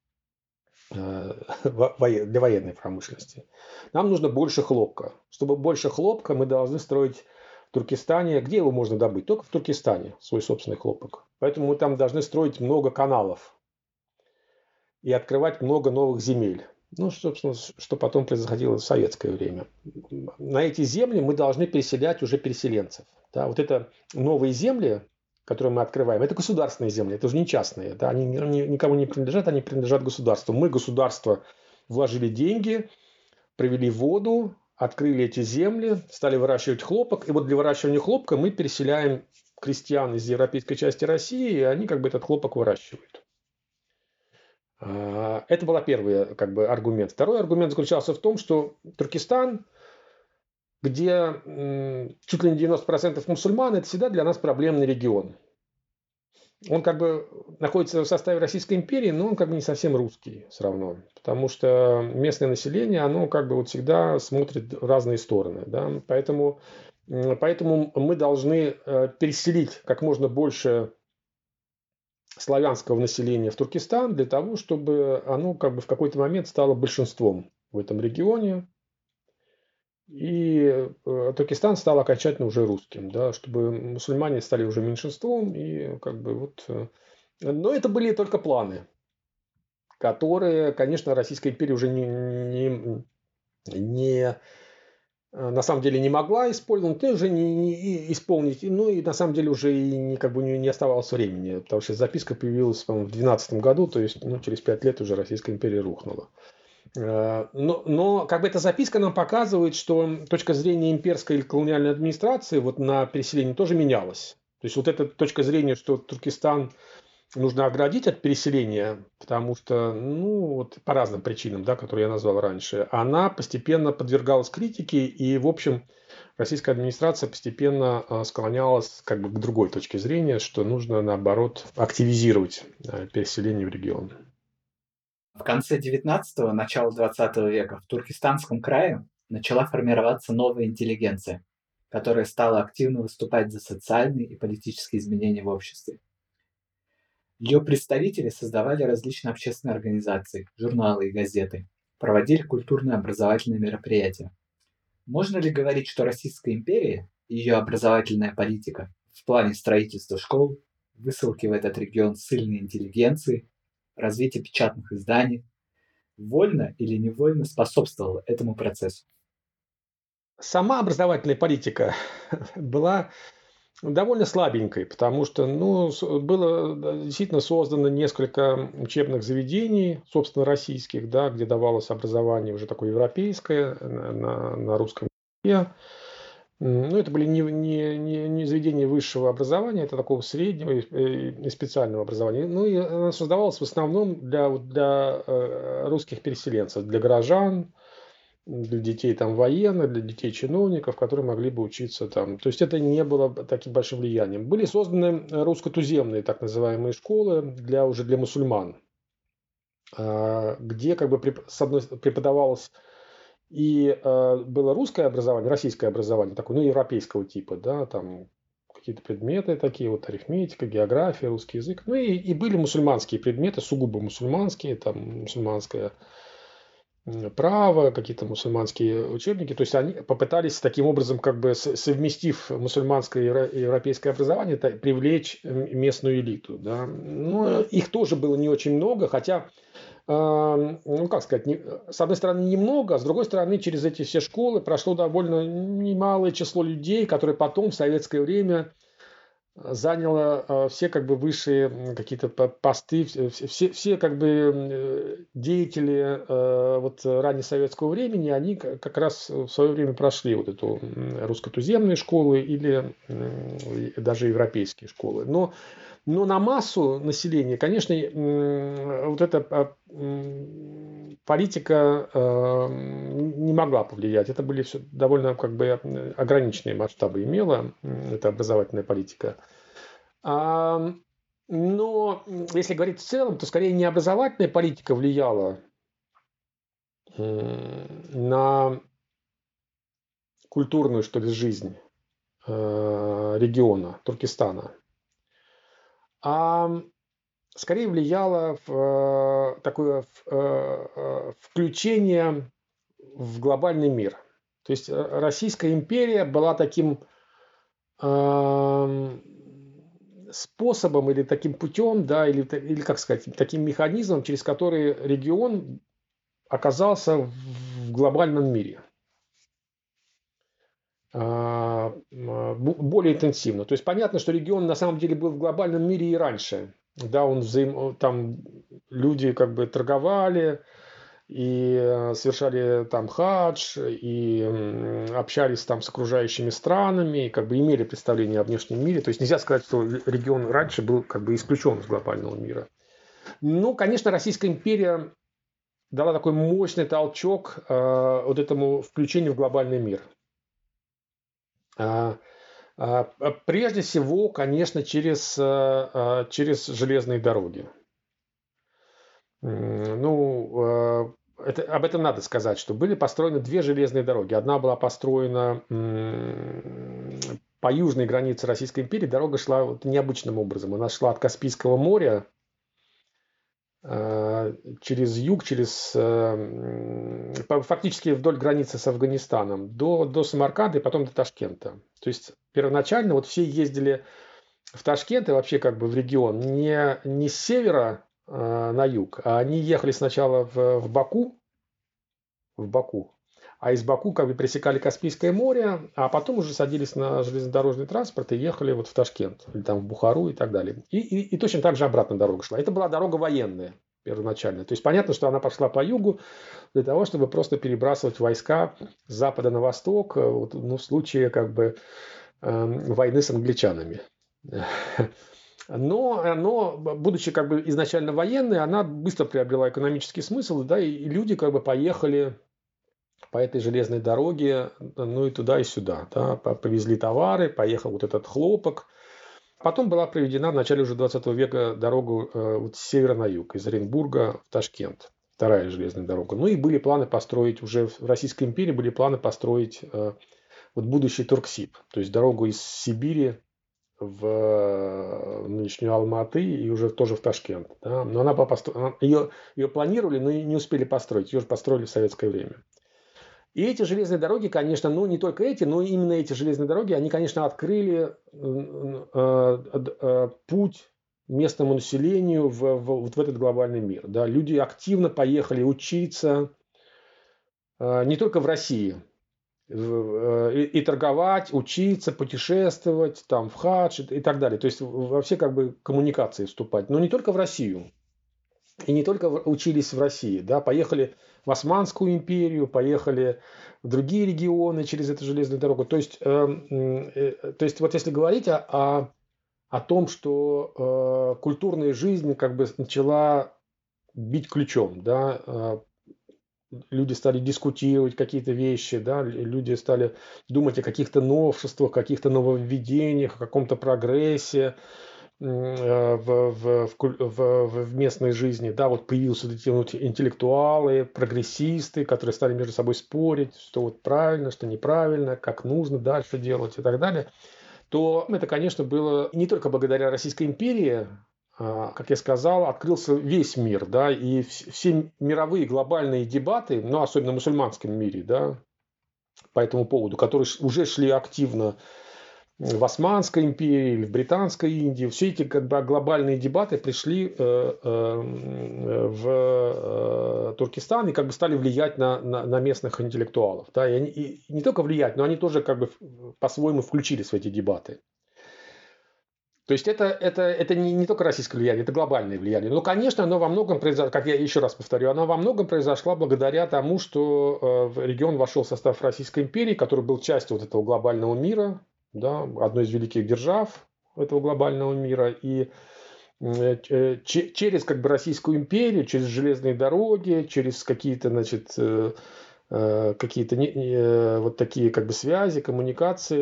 для военной промышленности. Нам нужно больше хлопка. Чтобы больше хлопка, мы должны строить в Туркестане. Где его можно добыть? Только в Туркестане свой собственный хлопок. Поэтому мы там должны строить много каналов и открывать много новых земель. Ну, собственно, что потом происходило в советское время. На эти земли мы должны переселять уже переселенцев. Да, вот это новые земли, которые мы открываем, это государственные земли, это уже не частные. Да, они никому не принадлежат, они принадлежат государству. Мы, государство, вложили деньги, провели воду, открыли эти земли, стали выращивать хлопок. И вот для выращивания хлопка мы переселяем крестьян из европейской части России, и они как бы этот хлопок выращивают. Это был первый как бы аргумент. Второй аргумент заключался в том, что Туркестан, где чуть ли не 90% мусульман, это всегда для нас проблемный регион. Он как бы находится в составе Российской империи, но он как бы не совсем русский все равно. Потому что местное население, оно как бы вот всегда смотрит в разные стороны. Да? Поэтому мы должны переселить как можно больше славянского населения в Туркестан для того, чтобы оно как бы в какой-то момент стало большинством в этом регионе. И Туркестан стал окончательно уже русским, да, чтобы мусульмане стали уже меньшинством. И как бы вот... Но это были только планы, которые, конечно, Российская империя уже на самом деле не могла использовать, уже не исполнить, ну и на самом деле уже и как бы не оставалось времени, потому что записка появилась, по-моему, в 2012 году, то есть через 5 лет уже Российская империя рухнула. Но как бы эта записка нам показывает, что точка зрения имперской или колониальной администрации вот на переселение тоже менялась. То есть вот эта точка зрения, что Туркестан нужно оградить от переселения, потому что, ну, вот по разным причинам, да, которые я назвал раньше, она постепенно подвергалась критике, и, в общем, российская администрация постепенно склонялась как бы к другой точке зрения, что нужно, наоборот, активизировать переселение в регион.
В конце 19-го, начало 20 века в Туркестанском крае начала формироваться новая интеллигенция, которая стала активно выступать за социальные и политические изменения в обществе. Ее представители создавали различные общественные организации, журналы и газеты, проводили культурные и образовательные мероприятия. Можно ли говорить, что Российская империя и ее образовательная политика в плане строительства школ, высылки в этот регион ссыльной интеллигенции, развития печатных изданий, вольно или невольно способствовала этому процессу?
Сама образовательная политика была довольно слабенькой, потому что было действительно создано несколько учебных заведений, собственно, российских, да, где давалось образование уже такое европейское на русском языке. Ну, это были не заведения высшего образования, это такого среднего и специального образования. Ну, и она создавалась в основном для русских переселенцев, для горожан, для детей там военных, для детей чиновников, которые могли бы учиться там. То есть это не было таким большим влиянием. Были созданы русско-туземные так называемые школы для мусульман, где как бы с одной стороны преподавалось и было русское образование, российское образование, такое, ну, европейского типа, да, там какие-то предметы такие, вот арифметика, география, русский язык. Ну и были мусульманские предметы, сугубо мусульманские, там мусульманское право, какие-то мусульманские учебники. То есть они попытались таким образом, как бы совместив мусульманское и европейское образование, привлечь местную элиту. Да. Но их тоже было не очень много, хотя, ну как сказать, с одной стороны немного, а с другой стороны через эти все школы прошло довольно немалое число людей, которые потом в советское время заняло все как бы высшие какие-то посты, все как бы деятели вот раннесоветского времени, они как раз в свое время прошли вот эту русско-туземные школы или даже европейские школы. Но на массу населения, конечно, вот эта политика не могла повлиять. Это были все довольно как бы ограниченные масштабы имела эта образовательная политика. Но если говорить в целом, то скорее не образовательная политика влияла на культурную, что ли, жизнь региона Туркестана, а скорее влияло в такое включение в глобальный мир. То есть Российская империя была таким способом или таким путем, да, или как сказать, таким механизмом, через который регион оказался в глобальном мире более интенсивно. То есть понятно, что регион на самом деле был в глобальном мире и раньше. Да, там люди как бы торговали, и совершали там хадж, и общались там с окружающими странами, и как бы имели представление о внешнем мире. То есть нельзя сказать, что регион раньше был как бы исключен из глобального мира. Ну, конечно, Российская империя дала такой мощный толчок вот этому включению в глобальный мир. Прежде всего, конечно, через железные дороги. Ну, об этом надо сказать, что были построены две железные дороги. Одна была построена по южной границе Российской империи. Дорога шла вот необычным образом. Она шла от Каспийского моря через юг, фактически вдоль границы с Афганистаном до Самарканда и потом до Ташкента. То есть первоначально вот все ездили в Ташкент и вообще как бы в регион не с севера на юг, а они ехали сначала в Баку, а из Баку как бы пересекали Каспийское море, а потом уже садились на железнодорожный транспорт и ехали вот в Ташкент, или там в Бухару и так далее. И точно так же обратно дорога шла. Это была дорога военная первоначально. То есть понятно, что она пошла по югу для того, чтобы просто перебрасывать войска с запада на восток, вот, ну, в случае как бы войны с англичанами. Но, будучи как бы изначально военной, она быстро приобрела экономический смысл, да, и люди как бы поехали по этой железной дороге, ну и туда, и сюда, да, повезли товары, поехал вот этот хлопок. Потом была проведена в начале уже 20 века дорога вот с севера на юг, из Оренбурга в Ташкент, вторая железная дорога. Ну и были планы построить, уже в Российской империи были планы построить вот будущий Турксиб, то есть дорогу из Сибири в нынешнюю Алматы и уже тоже в Ташкент. Да. Но она была ее планировали, но не успели построить. Ее же построили в советское время. И эти железные дороги, конечно, ну не только эти, но именно эти железные дороги, они, конечно, открыли путь местному населению вот в этот глобальный мир. Да. Люди активно поехали учиться не только в России, и торговать, учиться, путешествовать, там, в хадж и так далее. То есть во все как бы коммуникации вступать. Но не только в Россию. И не только учились в России. Да, поехали в Османскую империю, поехали в другие регионы через эту железную дорогу. То есть вот если говорить о том, что культурная жизнь как бы начала бить ключом, да, люди стали дискутировать какие-то вещи, да, люди стали думать о каких-то новшествах, каких-то нововведениях, о каком-то прогрессе в местной жизни. Да, вот появились вот эти вот интеллектуалы, прогрессисты, которые стали между собой спорить, что вот правильно, что неправильно, как нужно дальше делать и так далее. То это, конечно, было не только благодаря Российской империи, как я сказал, открылся весь мир, да, и все мировые глобальные дебаты, ну, особенно в мусульманском мире, да, по этому поводу, которые уже шли активно в Османской империи или в Британской Индии, все эти как бы глобальные дебаты пришли в Туркестан и как бы стали влиять на местных интеллектуалов, да, и не только влиять, но они тоже как бы по-своему включились в эти дебаты. То есть это не только российское влияние, это глобальное влияние. Но, конечно, оно во многом произошло, как я еще раз повторю, оно во многом произошло благодаря тому, что регион вошел в состав Российской империи, который был частью вот этого глобального мира, да, одной из великих держав этого глобального мира. И через как бы Российскую империю, через железные дороги, через какие-то, значит, вот такие как бы связи, коммуникации,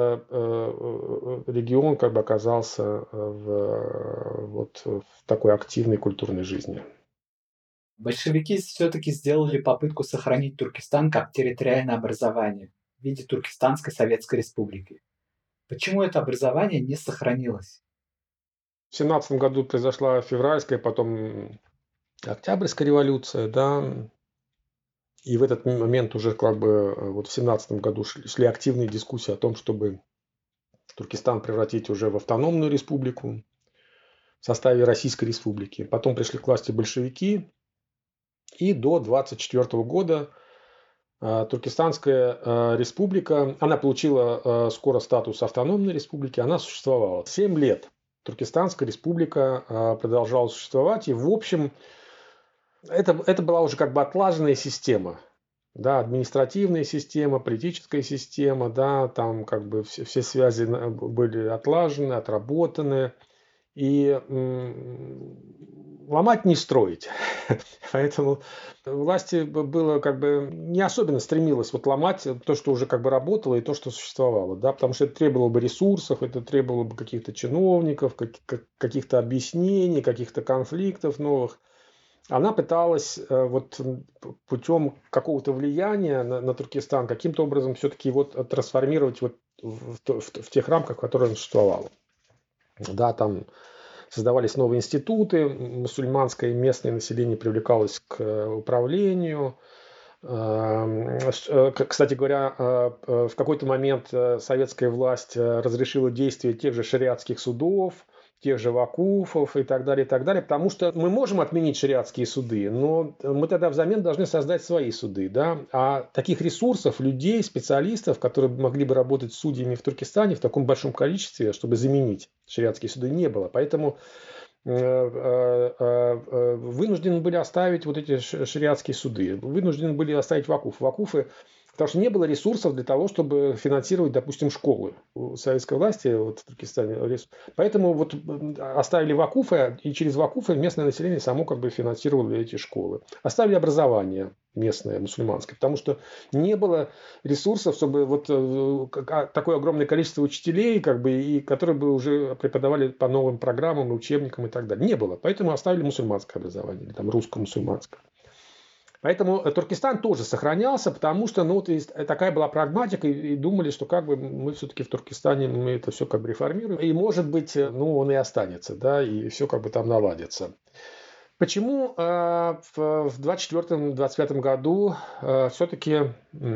регион как бы оказался в такой активной культурной жизни.
Большевики все-таки сделали попытку сохранить Туркестан как территориальное образование в виде Туркестанской Советской Республики. Почему это образование не сохранилось?
В 17 году произошла февральская, потом Октябрьская революция, да, и в этот момент уже как бы вот в 17 году шли активные дискуссии о том, чтобы Туркестан превратить уже в автономную республику в составе Российской Республики. Потом пришли к власти большевики, и до 1924 года Туркестанская республика, она получила скоро статус автономной республики, она существовала 7 лет. Туркестанская республика продолжала существовать, и в общем это была уже как бы отлаженная система. Да, административная система, политическая система, да, там как бы все связи были отлажены, отработаны. И ломать не строить. Поэтому власти было как бы не особенно стремилась вот ломать то, что уже как бы работало и то, что существовало. Да? Потому что это требовало бы ресурсов, это требовало бы каких-то чиновников, каких-то объяснений, каких-то конфликтов новых. Она пыталась вот путем какого-то влияния на Туркестан каким-то образом все-таки его трансформировать вот в тех рамках, в которых он существовал. Да, там создавались новые институты, мусульманское и местное население привлекалось к управлению. Кстати говоря, в какой-то момент советская власть разрешила действие тех же шариатских судов, тех же вакуфов и так далее, потому что мы можем отменить шариатские суды, но мы тогда взамен должны создать свои суды, да, а таких ресурсов, людей, специалистов, которые могли бы работать с судьями в Туркестане в таком большом количестве, чтобы заменить шариатские суды, не было, поэтому вынуждены были оставить вот эти шариатские суды, вынуждены были оставить вакуфы, потому что не было ресурсов для того, чтобы финансировать, допустим, школы у советской власти вот, в Туркестане. Поэтому вот оставили вакуфы, и через вакуфы местное население само как бы финансировало эти школы. Оставили образование местное, мусульманское, потому что не было ресурсов, чтобы вот такое огромное количество учителей, как бы, и которые бы уже преподавали по новым программам, учебникам и так далее. Не было. Поэтому оставили мусульманское образование, или там русско-мусульманское. Поэтому Туркестан тоже сохранялся, потому что ну, такая была прагматика, и думали, что как бы мы все-таки в Туркестане мы это все как бы реформируем. И может быть, ну, он и останется, да, и все как бы там наладится. Почему в 24-25 году все-таки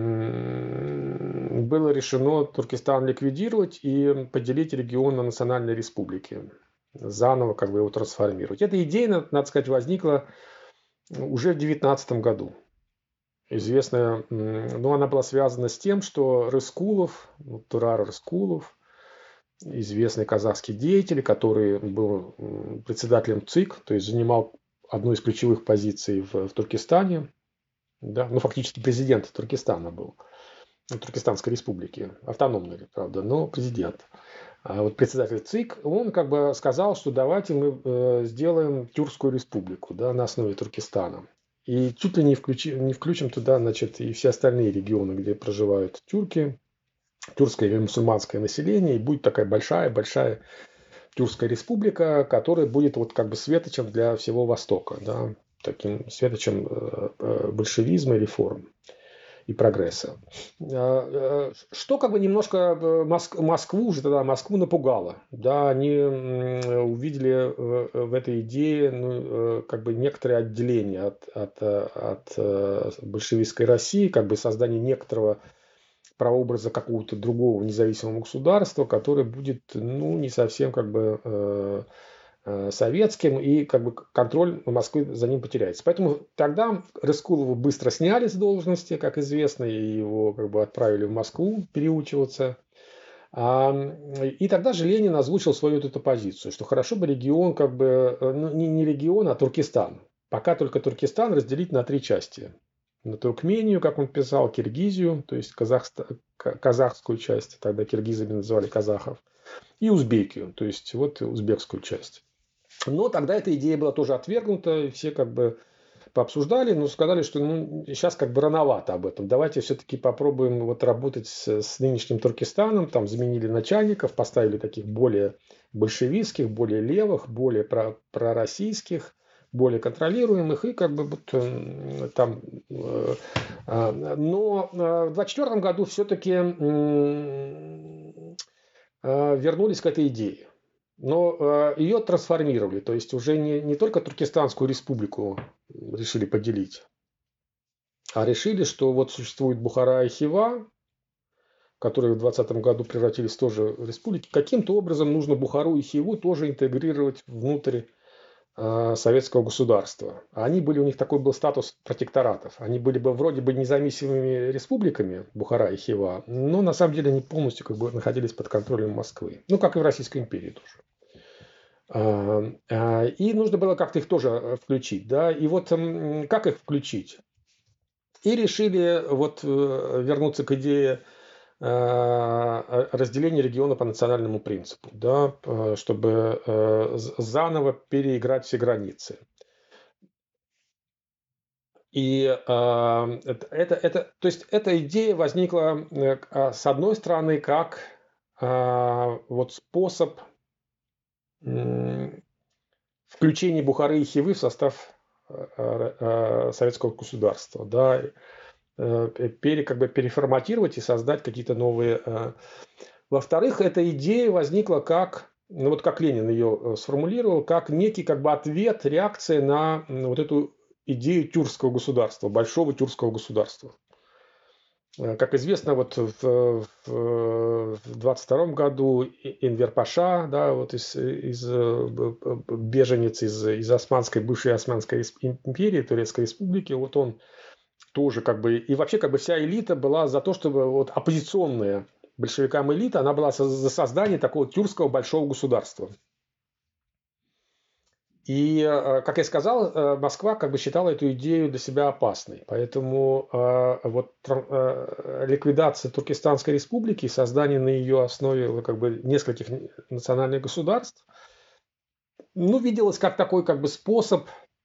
было решено Туркестан ликвидировать и поделить регион на национальные республики, заново как бы его трансформировать? Эта идея, надо сказать, возникла уже в 19 году. Известная, ну, она была связана с тем, что Рыскулов, Турар Рыскулов, известный казахский деятель, который был председателем ЦИК, то есть занимал одну из ключевых позиций в Туркестане, да, ну, фактически президент Туркестана был, Туркестанской республики, автономной, правда, но президент. А вот председатель ЦИК, он как бы сказал, что давайте мы сделаем Тюркскую республику, да, на основе Туркестана. И чуть ли не включим туда, значит, и все остальные регионы, где проживают тюрки, тюркское или мусульманское население, и будет такая большая Тюркская республика, которая будет вот как бы светочем для всего Востока, да, таким светочем большевизма и реформ и прогресса. Что как бы немножко Москву уже тогда напугало. Да, они увидели в этой идее ну, как бы некоторое отделение от большевистской России, как бы создание некоторого прообраза какого-то другого независимого государства, которое будет ну, не совсем как бы советским, и как бы контроль Москвы за ним потеряется. Поэтому тогда Рыскулова быстро сняли с должности, как известно, и его как бы отправили в Москву переучиваться. И тогда же Ленин озвучил свою вот эту позицию, что хорошо бы регион, как бы, ну, не регион, а Туркестан. Пока только Туркестан разделить на 3 части. На Туркмению, как он писал, Киргизию, то есть казахскую часть, тогда киргизами называли казахов, и Узбекию, то есть вот узбекскую часть. Но тогда эта идея была тоже отвергнута, все как бы пообсуждали, но сказали, что ну, сейчас как бы рановато об этом. Давайте все-таки попробуем вот работать с нынешним Туркестаном. Там заменили начальников, поставили таких более большевистских, более левых, более пророссийских, более контролируемых. И как бы вот, там... Но в 24 году все-таки вернулись к этой идее. Но ее трансформировали, то есть уже не только Туркестанскую республику решили поделить, а решили, что вот существует Бухара и Хива, которые в 2020 году превратились тоже в республики. Каким-то образом нужно Бухару и Хиву тоже интегрировать внутрь советского государства. Они были, у них такой был статус протекторатов. Они были бы вроде бы независимыми республиками, Бухара и Хива, но на самом деле они полностью как бы находились под контролем Москвы. Ну, как и в Российской империи тоже. И нужно было как-то их тоже включить, да, и вот как их включить? И решили вот вернуться к идее разделения региона по национальному принципу, да, чтобы заново переиграть все границы. И то есть эта идея возникла, с одной стороны, как вот способ включения Бухары и Хивы в состав советского государства, да, как бы переформатировать и создать какие-то новые. Во-вторых, эта идея возникла как, ну вот как Ленин ее сформулировал, как некий как бы ответ, реакция на вот эту идею тюркского государства, большого тюркского государства. Как известно, вот в 22 году Энвер Паша, да, вот беженец из османской, бывшей Османской империи, Турецкой республики, вот он тоже как бы, и вообще как бы вся элита была за то, чтобы вот оппозиционная большевикам элита, она была за создание такого тюркского большого государства. И, как я сказал, Москва как бы считала эту идею для себя опасной. Поэтому вот ликвидация Туркестанской республики, создание на ее основе как бы нескольких национальных государств, ну, виделось как такой как бы способ,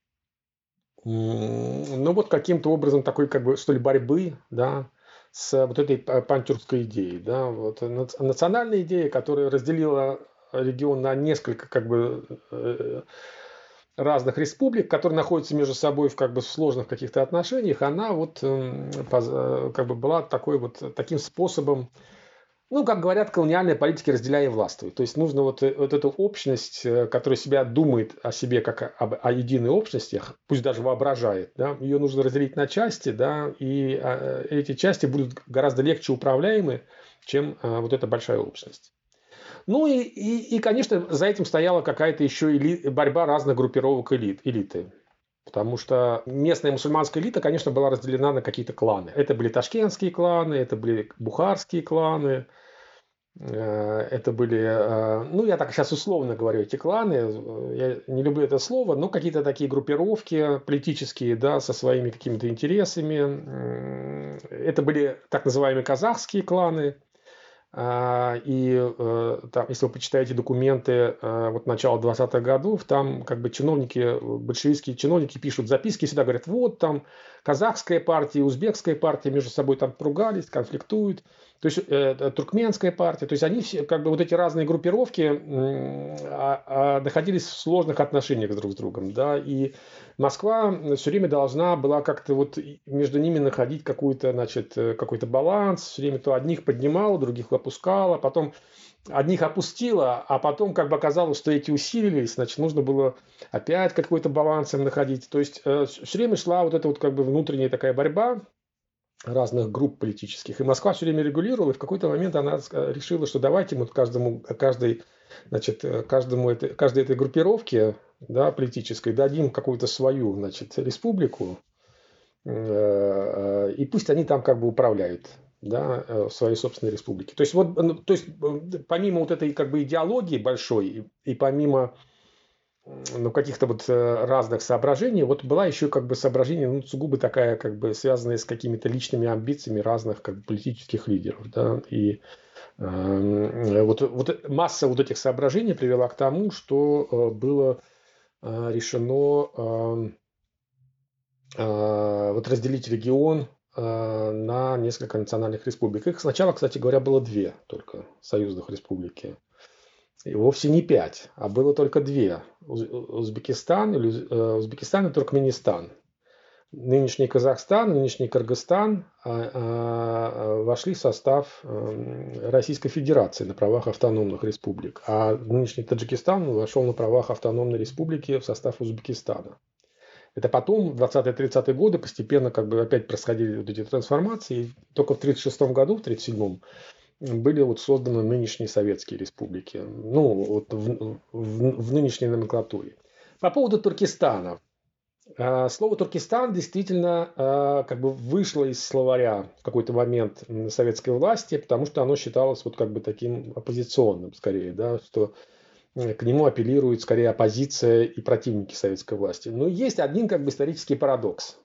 ну, вот каким-то образом такой как бы, что ли, борьбы, да, с вот этой пантюркской идеей, да, вот национальная идея, которая разделила регион на несколько как бы разных республик, которые находятся между собой в как бы сложных каких-то отношениях, она вот как бы была такой вот таким способом, ну, как говорят, колониальной политики разделяя и властвуй. То есть нужно вот эту общность, которая себя думает о себе как о единой общности, пусть даже воображает, да, ее нужно разделить на части, да, и эти части будут гораздо легче управляемы, чем вот эта большая общность. Ну и, конечно, за этим стояла какая-то еще борьба разных группировок элиты. Потому что местная мусульманская элита, конечно, была разделена на какие-то кланы. Это были ташкентские кланы, это были бухарские кланы, это были, ну, я так сейчас условно говорю, эти кланы, я не люблю это слово, но какие-то такие группировки политические, да, со своими какими-то интересами. Это были так называемые казахские кланы. И там, если вы почитаете документы вот начала 20-х годов, там как бы чиновники, большевистские чиновники пишут записки, всегда говорят, вот там казахская партия, узбекская партия между собой там поругались, конфликтуют, то есть туркменская партия, то есть они все, как бы вот эти разные группировки находились в сложных отношениях друг с другом, да, и Москва все время должна была как-то вот между ними находить какой-то, значит, какой-то баланс, все время то одних поднимала, других опускала, потом одних опустила, а потом как бы оказалось, что эти усилились, значит, нужно было опять какой-то баланс им находить. То есть все время шла вот эта вот как бы внутренняя такая борьба разных групп политических. И Москва все время регулировала, и в какой-то момент она решила, что давайте мы каждой этой группировке, да, политической дадим какую-то свою, значит, республику, и пусть они там как бы управляют, да, в своей собственной республике. То есть вот, то есть помимо вот этой как бы идеологии большой и помимо ну, каких-то вот разных соображений, вот была еще как бы соображение, ну, сугубо такая как бы связанная с какими-то личными амбициями разных как бы политических лидеров, да, и вот масса вот этих соображений привела к тому, что было решено вот разделить регион на несколько национальных республик. Их сначала, кстати говоря, было две только союзных республики. И вовсе не 5, а было только 2. Узбекистан и Туркменистан. Нынешний Казахстан, нынешний Кыргызстан вошли в состав Российской Федерации на правах автономных республик. А нынешний Таджикистан вошел на правах автономной республики в состав Узбекистана. Это потом, в 20-30-е годы, постепенно как бы опять происходили вот эти трансформации. И только в 1936 году, в 1937 были вот созданы нынешние советские республики, ну, вот в нынешней номенклатуре. По поводу Туркестана. Слово Туркестан действительно как бы вышло из словаря в какой-то момент советской власти, потому что оно считалось вот как бы таким оппозиционным скорее, да, что к нему апеллируют скорее оппозиция и противники советской власти. Но есть один как бы исторический парадокс.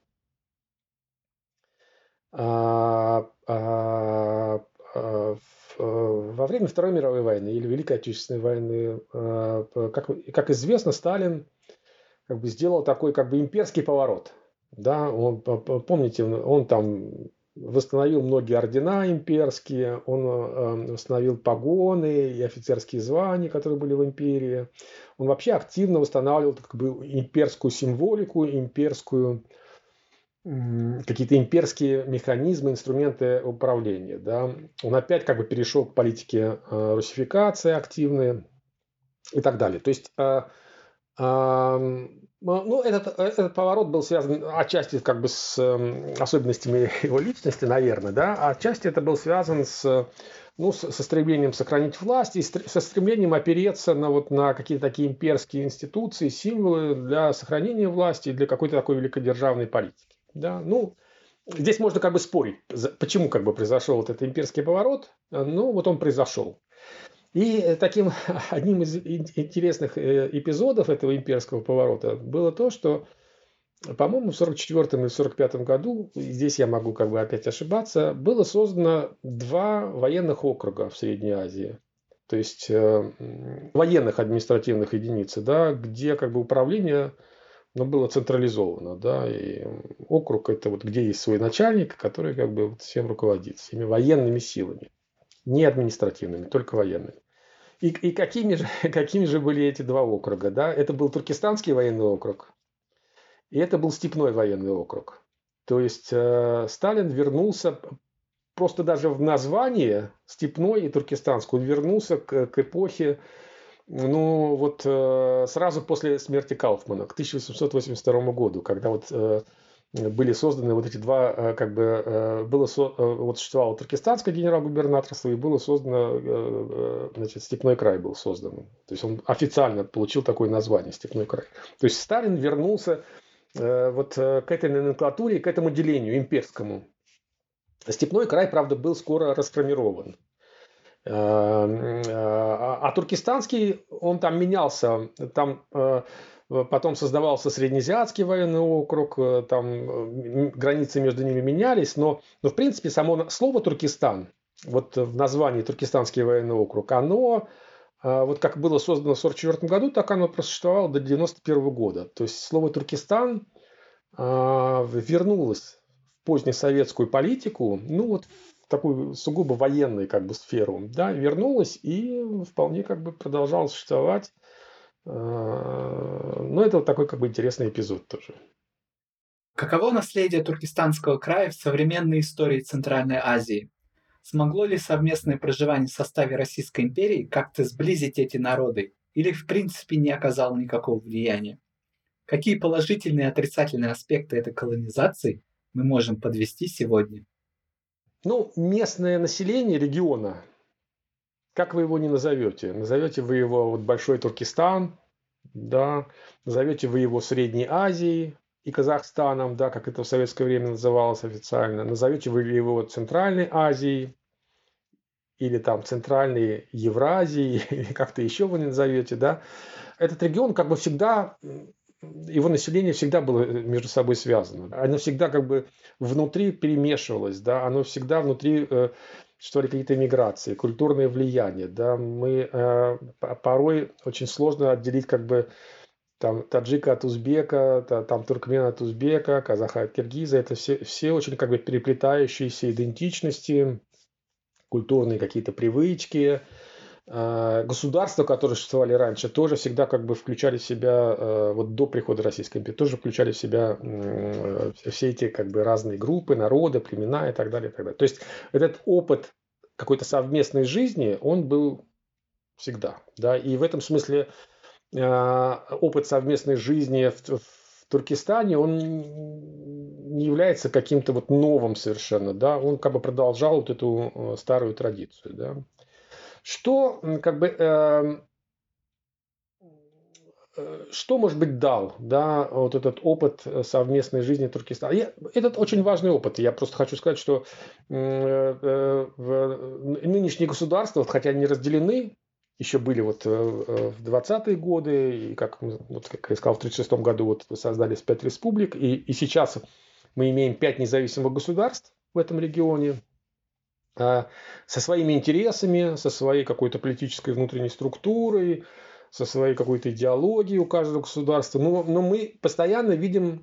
Во время Второй мировой войны или Великой Отечественной войны, как известно, Сталин как бы сделал такой как бы имперский поворот. Да, помните, он там восстановил многие ордена имперские, он восстановил погоны и офицерские звания, которые были в империи. Он вообще активно восстанавливал как бы имперскую символику, какие-то имперские механизмы, инструменты управления. Да. Он опять как бы перешел к политике русификации активной и так далее. То есть этот поворот был связан отчасти как бы с особенностями его личности, наверное, да, а отчасти это был связан со стремлением сохранить власть и со стремлением опереться на какие-то такие имперские институции, символы для сохранения власти и для какой-то такой великодержавной политики. Да. Здесь можно как бы спорить, почему как бы произошел вот этот имперский поворот, вот он произошел. И таким одним из интересных эпизодов этого имперского поворота было то, что, по-моему, в 1944 или 1945 году, здесь я могу как бы опять ошибаться, было создано 2 военных округа в Средней Азии. То есть военных административных единиц, да, где как бы управление было централизовано. Да, и округ – это вот где есть свой начальник, который как бы всем руководит, всеми военными силами. Не административными, только военными. И какими же были эти 2 округа? Да? Это был Туркестанский военный округ, и это был Степной военный округ. То есть Сталин вернулся, просто даже в названии Степной и Туркестанский, он вернулся к эпохе, сразу после смерти Кауфмана, к 1882 году, когда были созданы вот эти 2, как бы, существовало туркестанское генерал-губернаторство и было создано, Степной край был создан. То есть он официально получил такое название, Степной край. То есть Сталин вернулся к этой номенклатуре, к этому делению имперскому. Степной край, правда, был скоро расформирован. А туркестанский, он там менялся, там потом создавался Среднеазиатский военный округ, там границы между ними менялись, но в принципе само слово Туркестан, вот в названии Туркестанский военный округ, оно как было создано в 1944 году, так оно просуществовало до 1991 года. То есть слово Туркестан вернулось в позднесоветскую политику, в такую сугубо военную как бы сферу, да, вернулась и вполне как бы продолжала существовать. Это вот такой как бы интересный эпизод тоже.
Каково наследие Туркестанского края в современной истории Центральной Азии? Смогло ли совместное проживание в составе Российской империи как-то сблизить эти народы или в принципе не оказало никакого влияния? Какие положительные и отрицательные аспекты этой колонизации мы можем подвести сегодня?
Местное население региона, как вы его не назовете, назовете вы его Большой Туркестан, да, назовете вы его Средней Азией и Казахстаном, да, как это в советское время называлось официально, назовете вы его Центральной Азией или там Центральной Евразией, или как-то еще вы назовете, да, этот регион как бы всегда, его население всегда было между собой связано. Оно всегда как бы внутри перемешивалось, да, оно всегда внутри что ли, какие-то миграции, культурные влияния. Да, порой очень сложно отделить как бы там таджика от узбека, там туркмена от узбека, казаха от киргиза. Это все очень как бы переплетающиеся идентичности, культурные какие-то привычки. Государства, которые существовали раньше, тоже всегда как бы включали в себя, до прихода Российской империи, тоже включали в себя все эти как бы разные группы, народы, племена и так далее, и так далее. То есть этот опыт какой-то совместной жизни, он был всегда. Да? И в этом смысле опыт совместной жизни в Туркестане, он не является каким-то новым совершенно. Да? Он как бы продолжал эту старую традицию. Да? Что, что, может быть, дал, да, вот этот опыт совместной жизни Туркестана? Этот очень важный опыт. Я просто хочу сказать, что нынешние государства, хотя они разделены, еще были вот в 20-е годы, и вот, как я сказал, в 1936 году вот создались 5 республик, и сейчас мы имеем 5 независимых государств в этом регионе, со своими интересами, со своей какой-то политической внутренней структурой, со своей какой-то идеологией у каждого государства. Но мы постоянно видим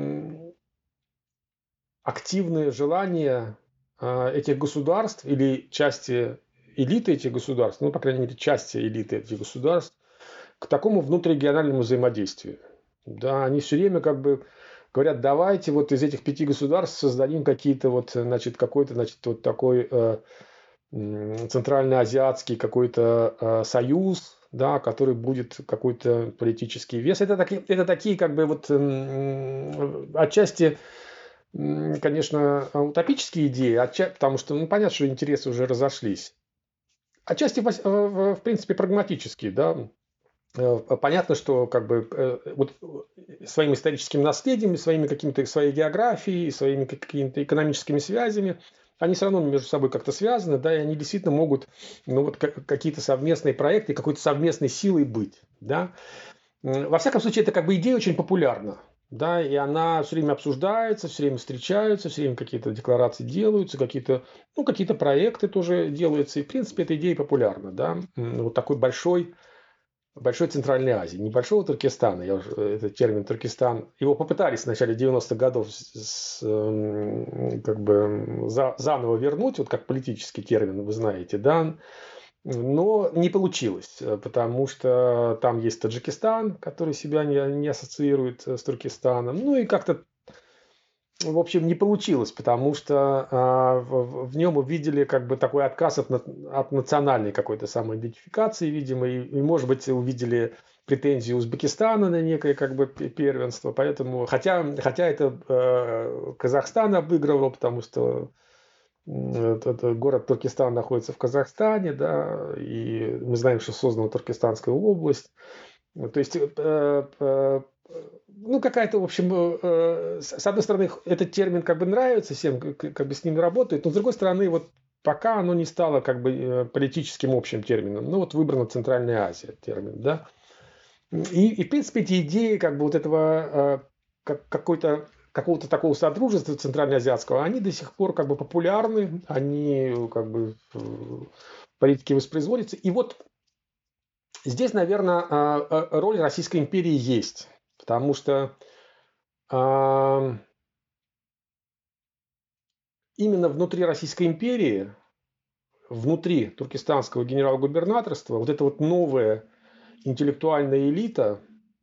активное желание этих государств или части элиты этих государств, ну, по крайней мере, части элиты этих государств, к такому внутрирегиональному взаимодействию. Да, они все время как бы говорят, давайте вот из этих 5 государств создадим какие-то вот, значит, какой-то, значит, вот такой центральноазиатский какой-то союз, да, который будет какой-то политический вес. Это такие как бы вот отчасти, конечно, утопические идеи, потому что, ну, понятно, что интересы уже разошлись. Отчасти, в принципе, прагматические, да. Понятно, что как бы вот своим историческим наследием, своей географией, своими какими-то экономическими связями, они все равно между собой как-то связаны, да, и они действительно могут, ну, вот какие-то совместные проекты, какой-то совместной силой быть, да. Во всяком случае, это как бы идея очень популярна, да, и она все время обсуждается, все время встречаются, все время какие-то декларации делаются, какие-то проекты тоже делаются, и, в принципе, эта идея популярна, да. Вот такой большой Центральной Азии, небольшого Туркестана, этот термин Туркестан, его попытались в начале 90-х годов как бы заново вернуть, вот как политический термин, вы знаете, да, но не получилось, потому что там есть Таджикистан, который себя не ассоциирует с Туркестаном, ну и как-то, в общем, не получилось, потому что в нем увидели как бы такой отказ от национальной какой-то самоидентификации, видимо, и, может быть, увидели претензии Узбекистана на некое как бы первенство, поэтому, хотя это Казахстан обыгрывал, потому что этот город Туркестан находится в Казахстане, да, и мы знаем, что создана Туркестанская область. То есть, ну, какая-то, в общем, с одной стороны, этот термин как бы нравится всем, как бы с ним работает, но с другой стороны, вот пока оно не стало как бы политическим общим термином. Ну, вот выбрана Центральная Азия термин, да. И в принципе, эти идеи как бы вот этого какого-то такого содружества центральноазиатского, они до сих пор как бы популярны, они как бы в политике воспроизводятся. И вот здесь, наверное, роль Российской империи есть, потому что именно внутри Российской империи, внутри туркестанского генерал-губернаторства, вот эта вот новая интеллектуальная элита,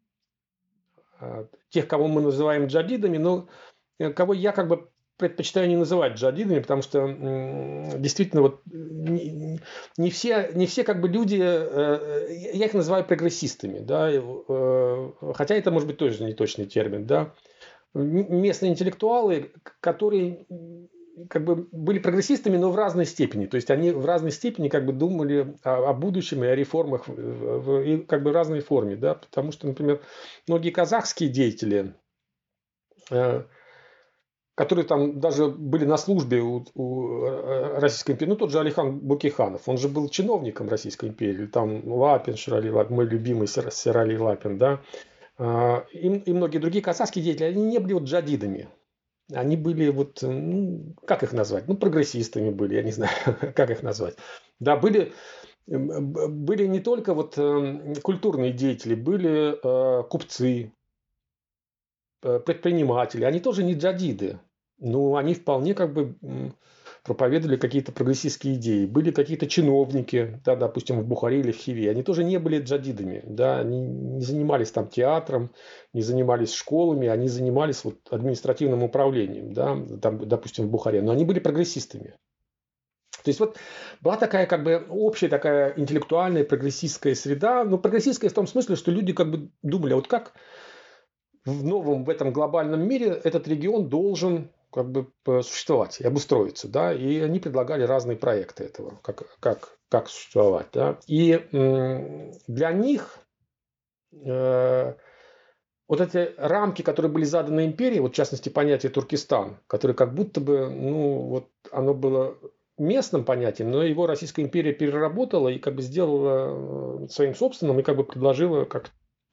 тех, кого мы называем джадидами, но кого я как бы предпочитаю не называть джадидами, потому что действительно вот не все как бы люди, я их называю прогрессистами, да, хотя это может быть тоже неточный термин, да, местные интеллектуалы, которые как бы были прогрессистами, но в разной степени. То есть они в разной степени как бы думали о будущем и о реформах и как бы в разной форме. Да? Потому что, например, многие казахские деятели, которые там даже были на службе у Российской империи, ну тот же Алихан Букиханов, он же был чиновником Российской империи, там Лапин, Ширали Лапин, мой любимый Серали Лапин, да, и многие другие казахские деятели, они не были вот джадидами. Они были вот, ну, как их назвать? Ну, прогрессистами были, я не знаю, как их назвать. Да, были не только вот культурные деятели, были купцы, предприниматели. Они тоже не джадиды, но они вполне как бы проповедовали какие-то прогрессистские идеи. Были какие-то чиновники, да, допустим, в Бухаре или в Хиве. Они тоже не были джадидами. Да, они не занимались там театром, не занимались школами, они занимались вот административным управлением, да, там, допустим, в Бухаре. Но они были прогрессистами. То есть вот была такая как бы общая такая интеллектуальная прогрессистская среда. Но прогрессистская в том смысле, что люди как бы думали, а вот как в этом глобальном мире этот регион должен как бы существовать и обустроиться, да, и они предлагали разные проекты этого, как существовать, да, и для них вот эти рамки, которые были заданы империей, вот в частности понятие Туркестан, которое как будто бы, ну, вот оно было местным понятием, но его Российская империя переработала и как бы сделала своим собственным и как бы предложила как...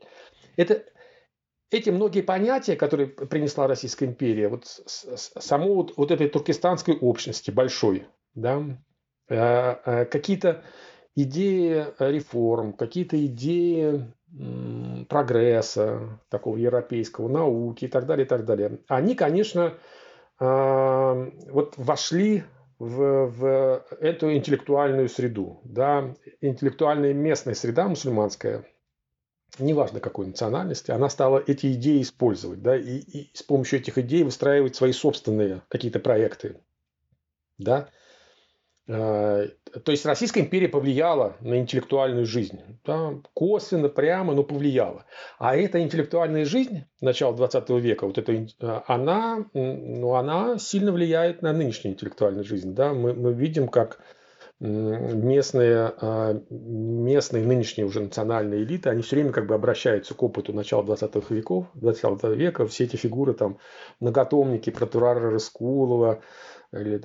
Эти многие понятия, которые принесла Российская империя, вот само вот этой туркестанской общности большой, да, какие-то идеи реформ, какие-то идеи прогресса такого европейского, науки и так далее, они, конечно, вот вошли в эту интеллектуальную среду, да, интеллектуальная местная среда мусульманская, неважно какой национальности, она стала эти идеи использовать, да, и с помощью этих идей выстраивать свои собственные какие-то проекты, да. То есть Российская империя повлияла на интеллектуальную жизнь, да, косвенно, прямо, но повлияла. А эта интеллектуальная жизнь начала 20 века, вот это, она сильно влияет на нынешнюю интеллектуальную жизнь. Да. Мы видим, как местные нынешние уже национальные элиты, они все время как бы обращаются к опыту начала 20 века, все эти фигуры, там, многотомники про Турара Рыскулова, или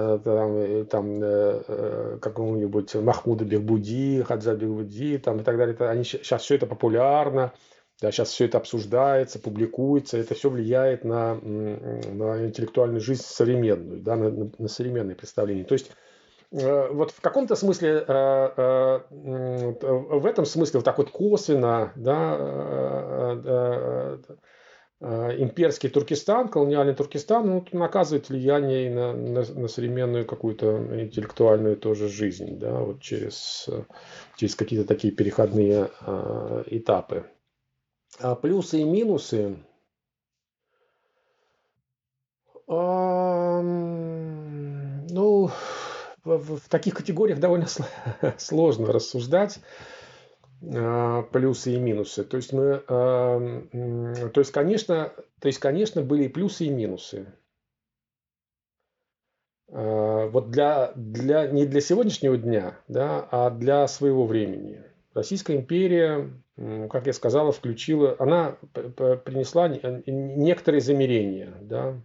какого-нибудь Махмуда Бехбуди, Хаджа Бехбуди, там, и так далее. Сейчас все это популярно, да, сейчас все это обсуждается, публикуется, это все влияет на интеллектуальную жизнь современную, да, на современные представления. То есть вот в каком-то смысле, в этом смысле вот так вот косвенно, да, имперский Туркестан, колониальный Туркестан, он оказывает влияние и на современную какую-то интеллектуальную тоже жизнь, да, вот через какие-то такие переходные этапы. А плюсы и минусы. Ну, в таких категориях довольно сложно рассуждать. Плюсы и минусы. То есть конечно, были и плюсы, и минусы. Вот не для сегодняшнего дня, да, а для своего времени. Российская империя, как я сказала, она принесла некоторые замерения, да.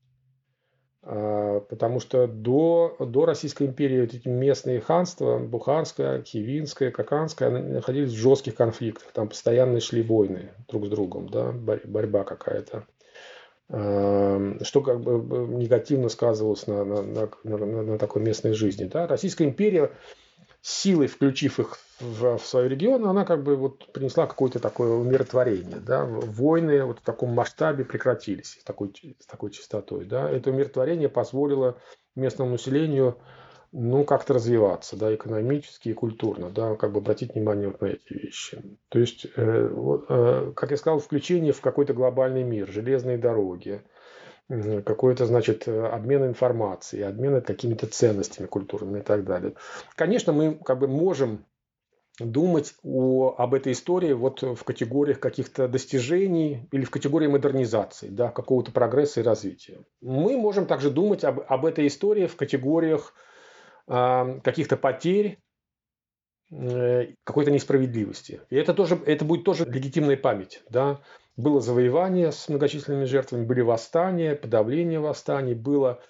Потому что до Российской империи вот эти местные ханства, Бухарское, Хивинское, Каканское, они находились в жестких конфликтах. Там постоянно шли войны друг с другом, да, борьба какая-то. Что как бы негативно сказывалось на такой местной жизни. Да. Российская империя, силой включив их в свой регион, она как бы вот принесла какое-то такое умиротворение. Да. Войны вот в таком масштабе прекратились с такой частотой. Да. Это умиротворение позволило местному населению как-то развиваться, да, экономически и культурно, да, как бы обратить внимание вот на эти вещи. То есть, как я сказал, включение в какой-то глобальный мир, железные дороги, какой-то, значит, обмен информацией, обмен какими-то ценностями культурными и так далее. Конечно, мы как бы можем думать об этой истории вот в категориях каких-то достижений или в категории модернизации, да, какого-то прогресса и развития. Мы можем также думать об этой истории в категориях каких-то потерь, какой-то несправедливости. И это будет тоже легитимная память. Да? Было завоевание с многочисленными жертвами, были восстания, подавление восстаний, было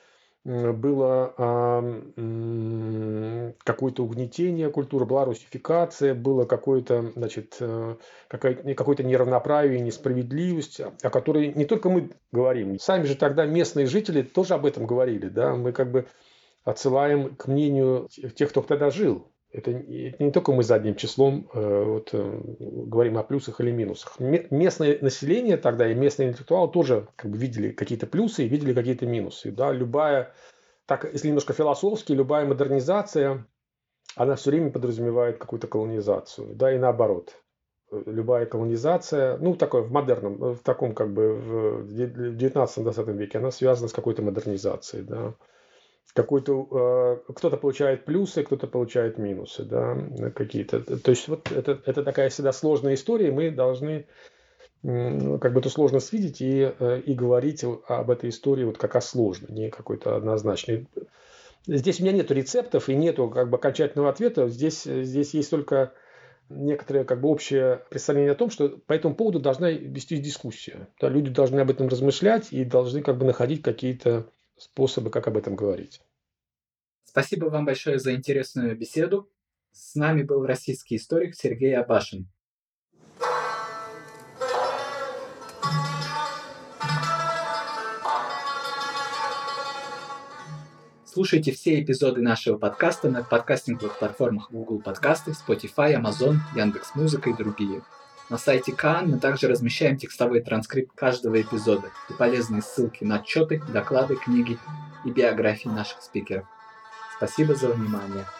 какое-то угнетение культуры, была русификация, было какое-то, значит, какое-то неравноправие, несправедливость, о которой не только мы говорим. Сами же тогда местные жители тоже об этом говорили. Да? Мы как бы отсылаем к мнению тех, кто тогда жил. Это не только мы задним числом говорим о плюсах или минусах. Местное население тогда и местные интеллектуалы тоже как бы видели какие-то плюсы и видели какие-то минусы. Да? Если немножко философски, любая модернизация, она все время подразумевает какую-то колонизацию. Да, и наоборот. Любая колонизация, в таком как бы в 19-20 веке, она связана с какой-то модернизацией. Да? Кто-то получает плюсы, кто-то получает минусы, да, какие-то. То есть вот это такая всегда сложная история, мы должны как бы эту сложность видеть и говорить об этой истории вот как о сложной, не какой-то однозначной. Здесь у меня нету рецептов и нету как бы окончательного ответа. Здесь есть только некоторое как бы общее представление о том, что по этому поводу должна вестись дискуссия. Да, люди должны об этом размышлять и должны как бы находить какие-то способы, как об этом говорить.
Спасибо вам большое за интересную беседу. С нами был российский историк Сергей Абашин. Слушайте все эпизоды нашего подкаста на подкастинговых платформах Google Подкасты, Spotify, Amazon, Яндекс.Музыка и другие. На сайте КААН мы также размещаем текстовой транскрипт каждого эпизода и полезные ссылки на отчеты, доклады, книги и биографии наших спикеров. Спасибо за внимание.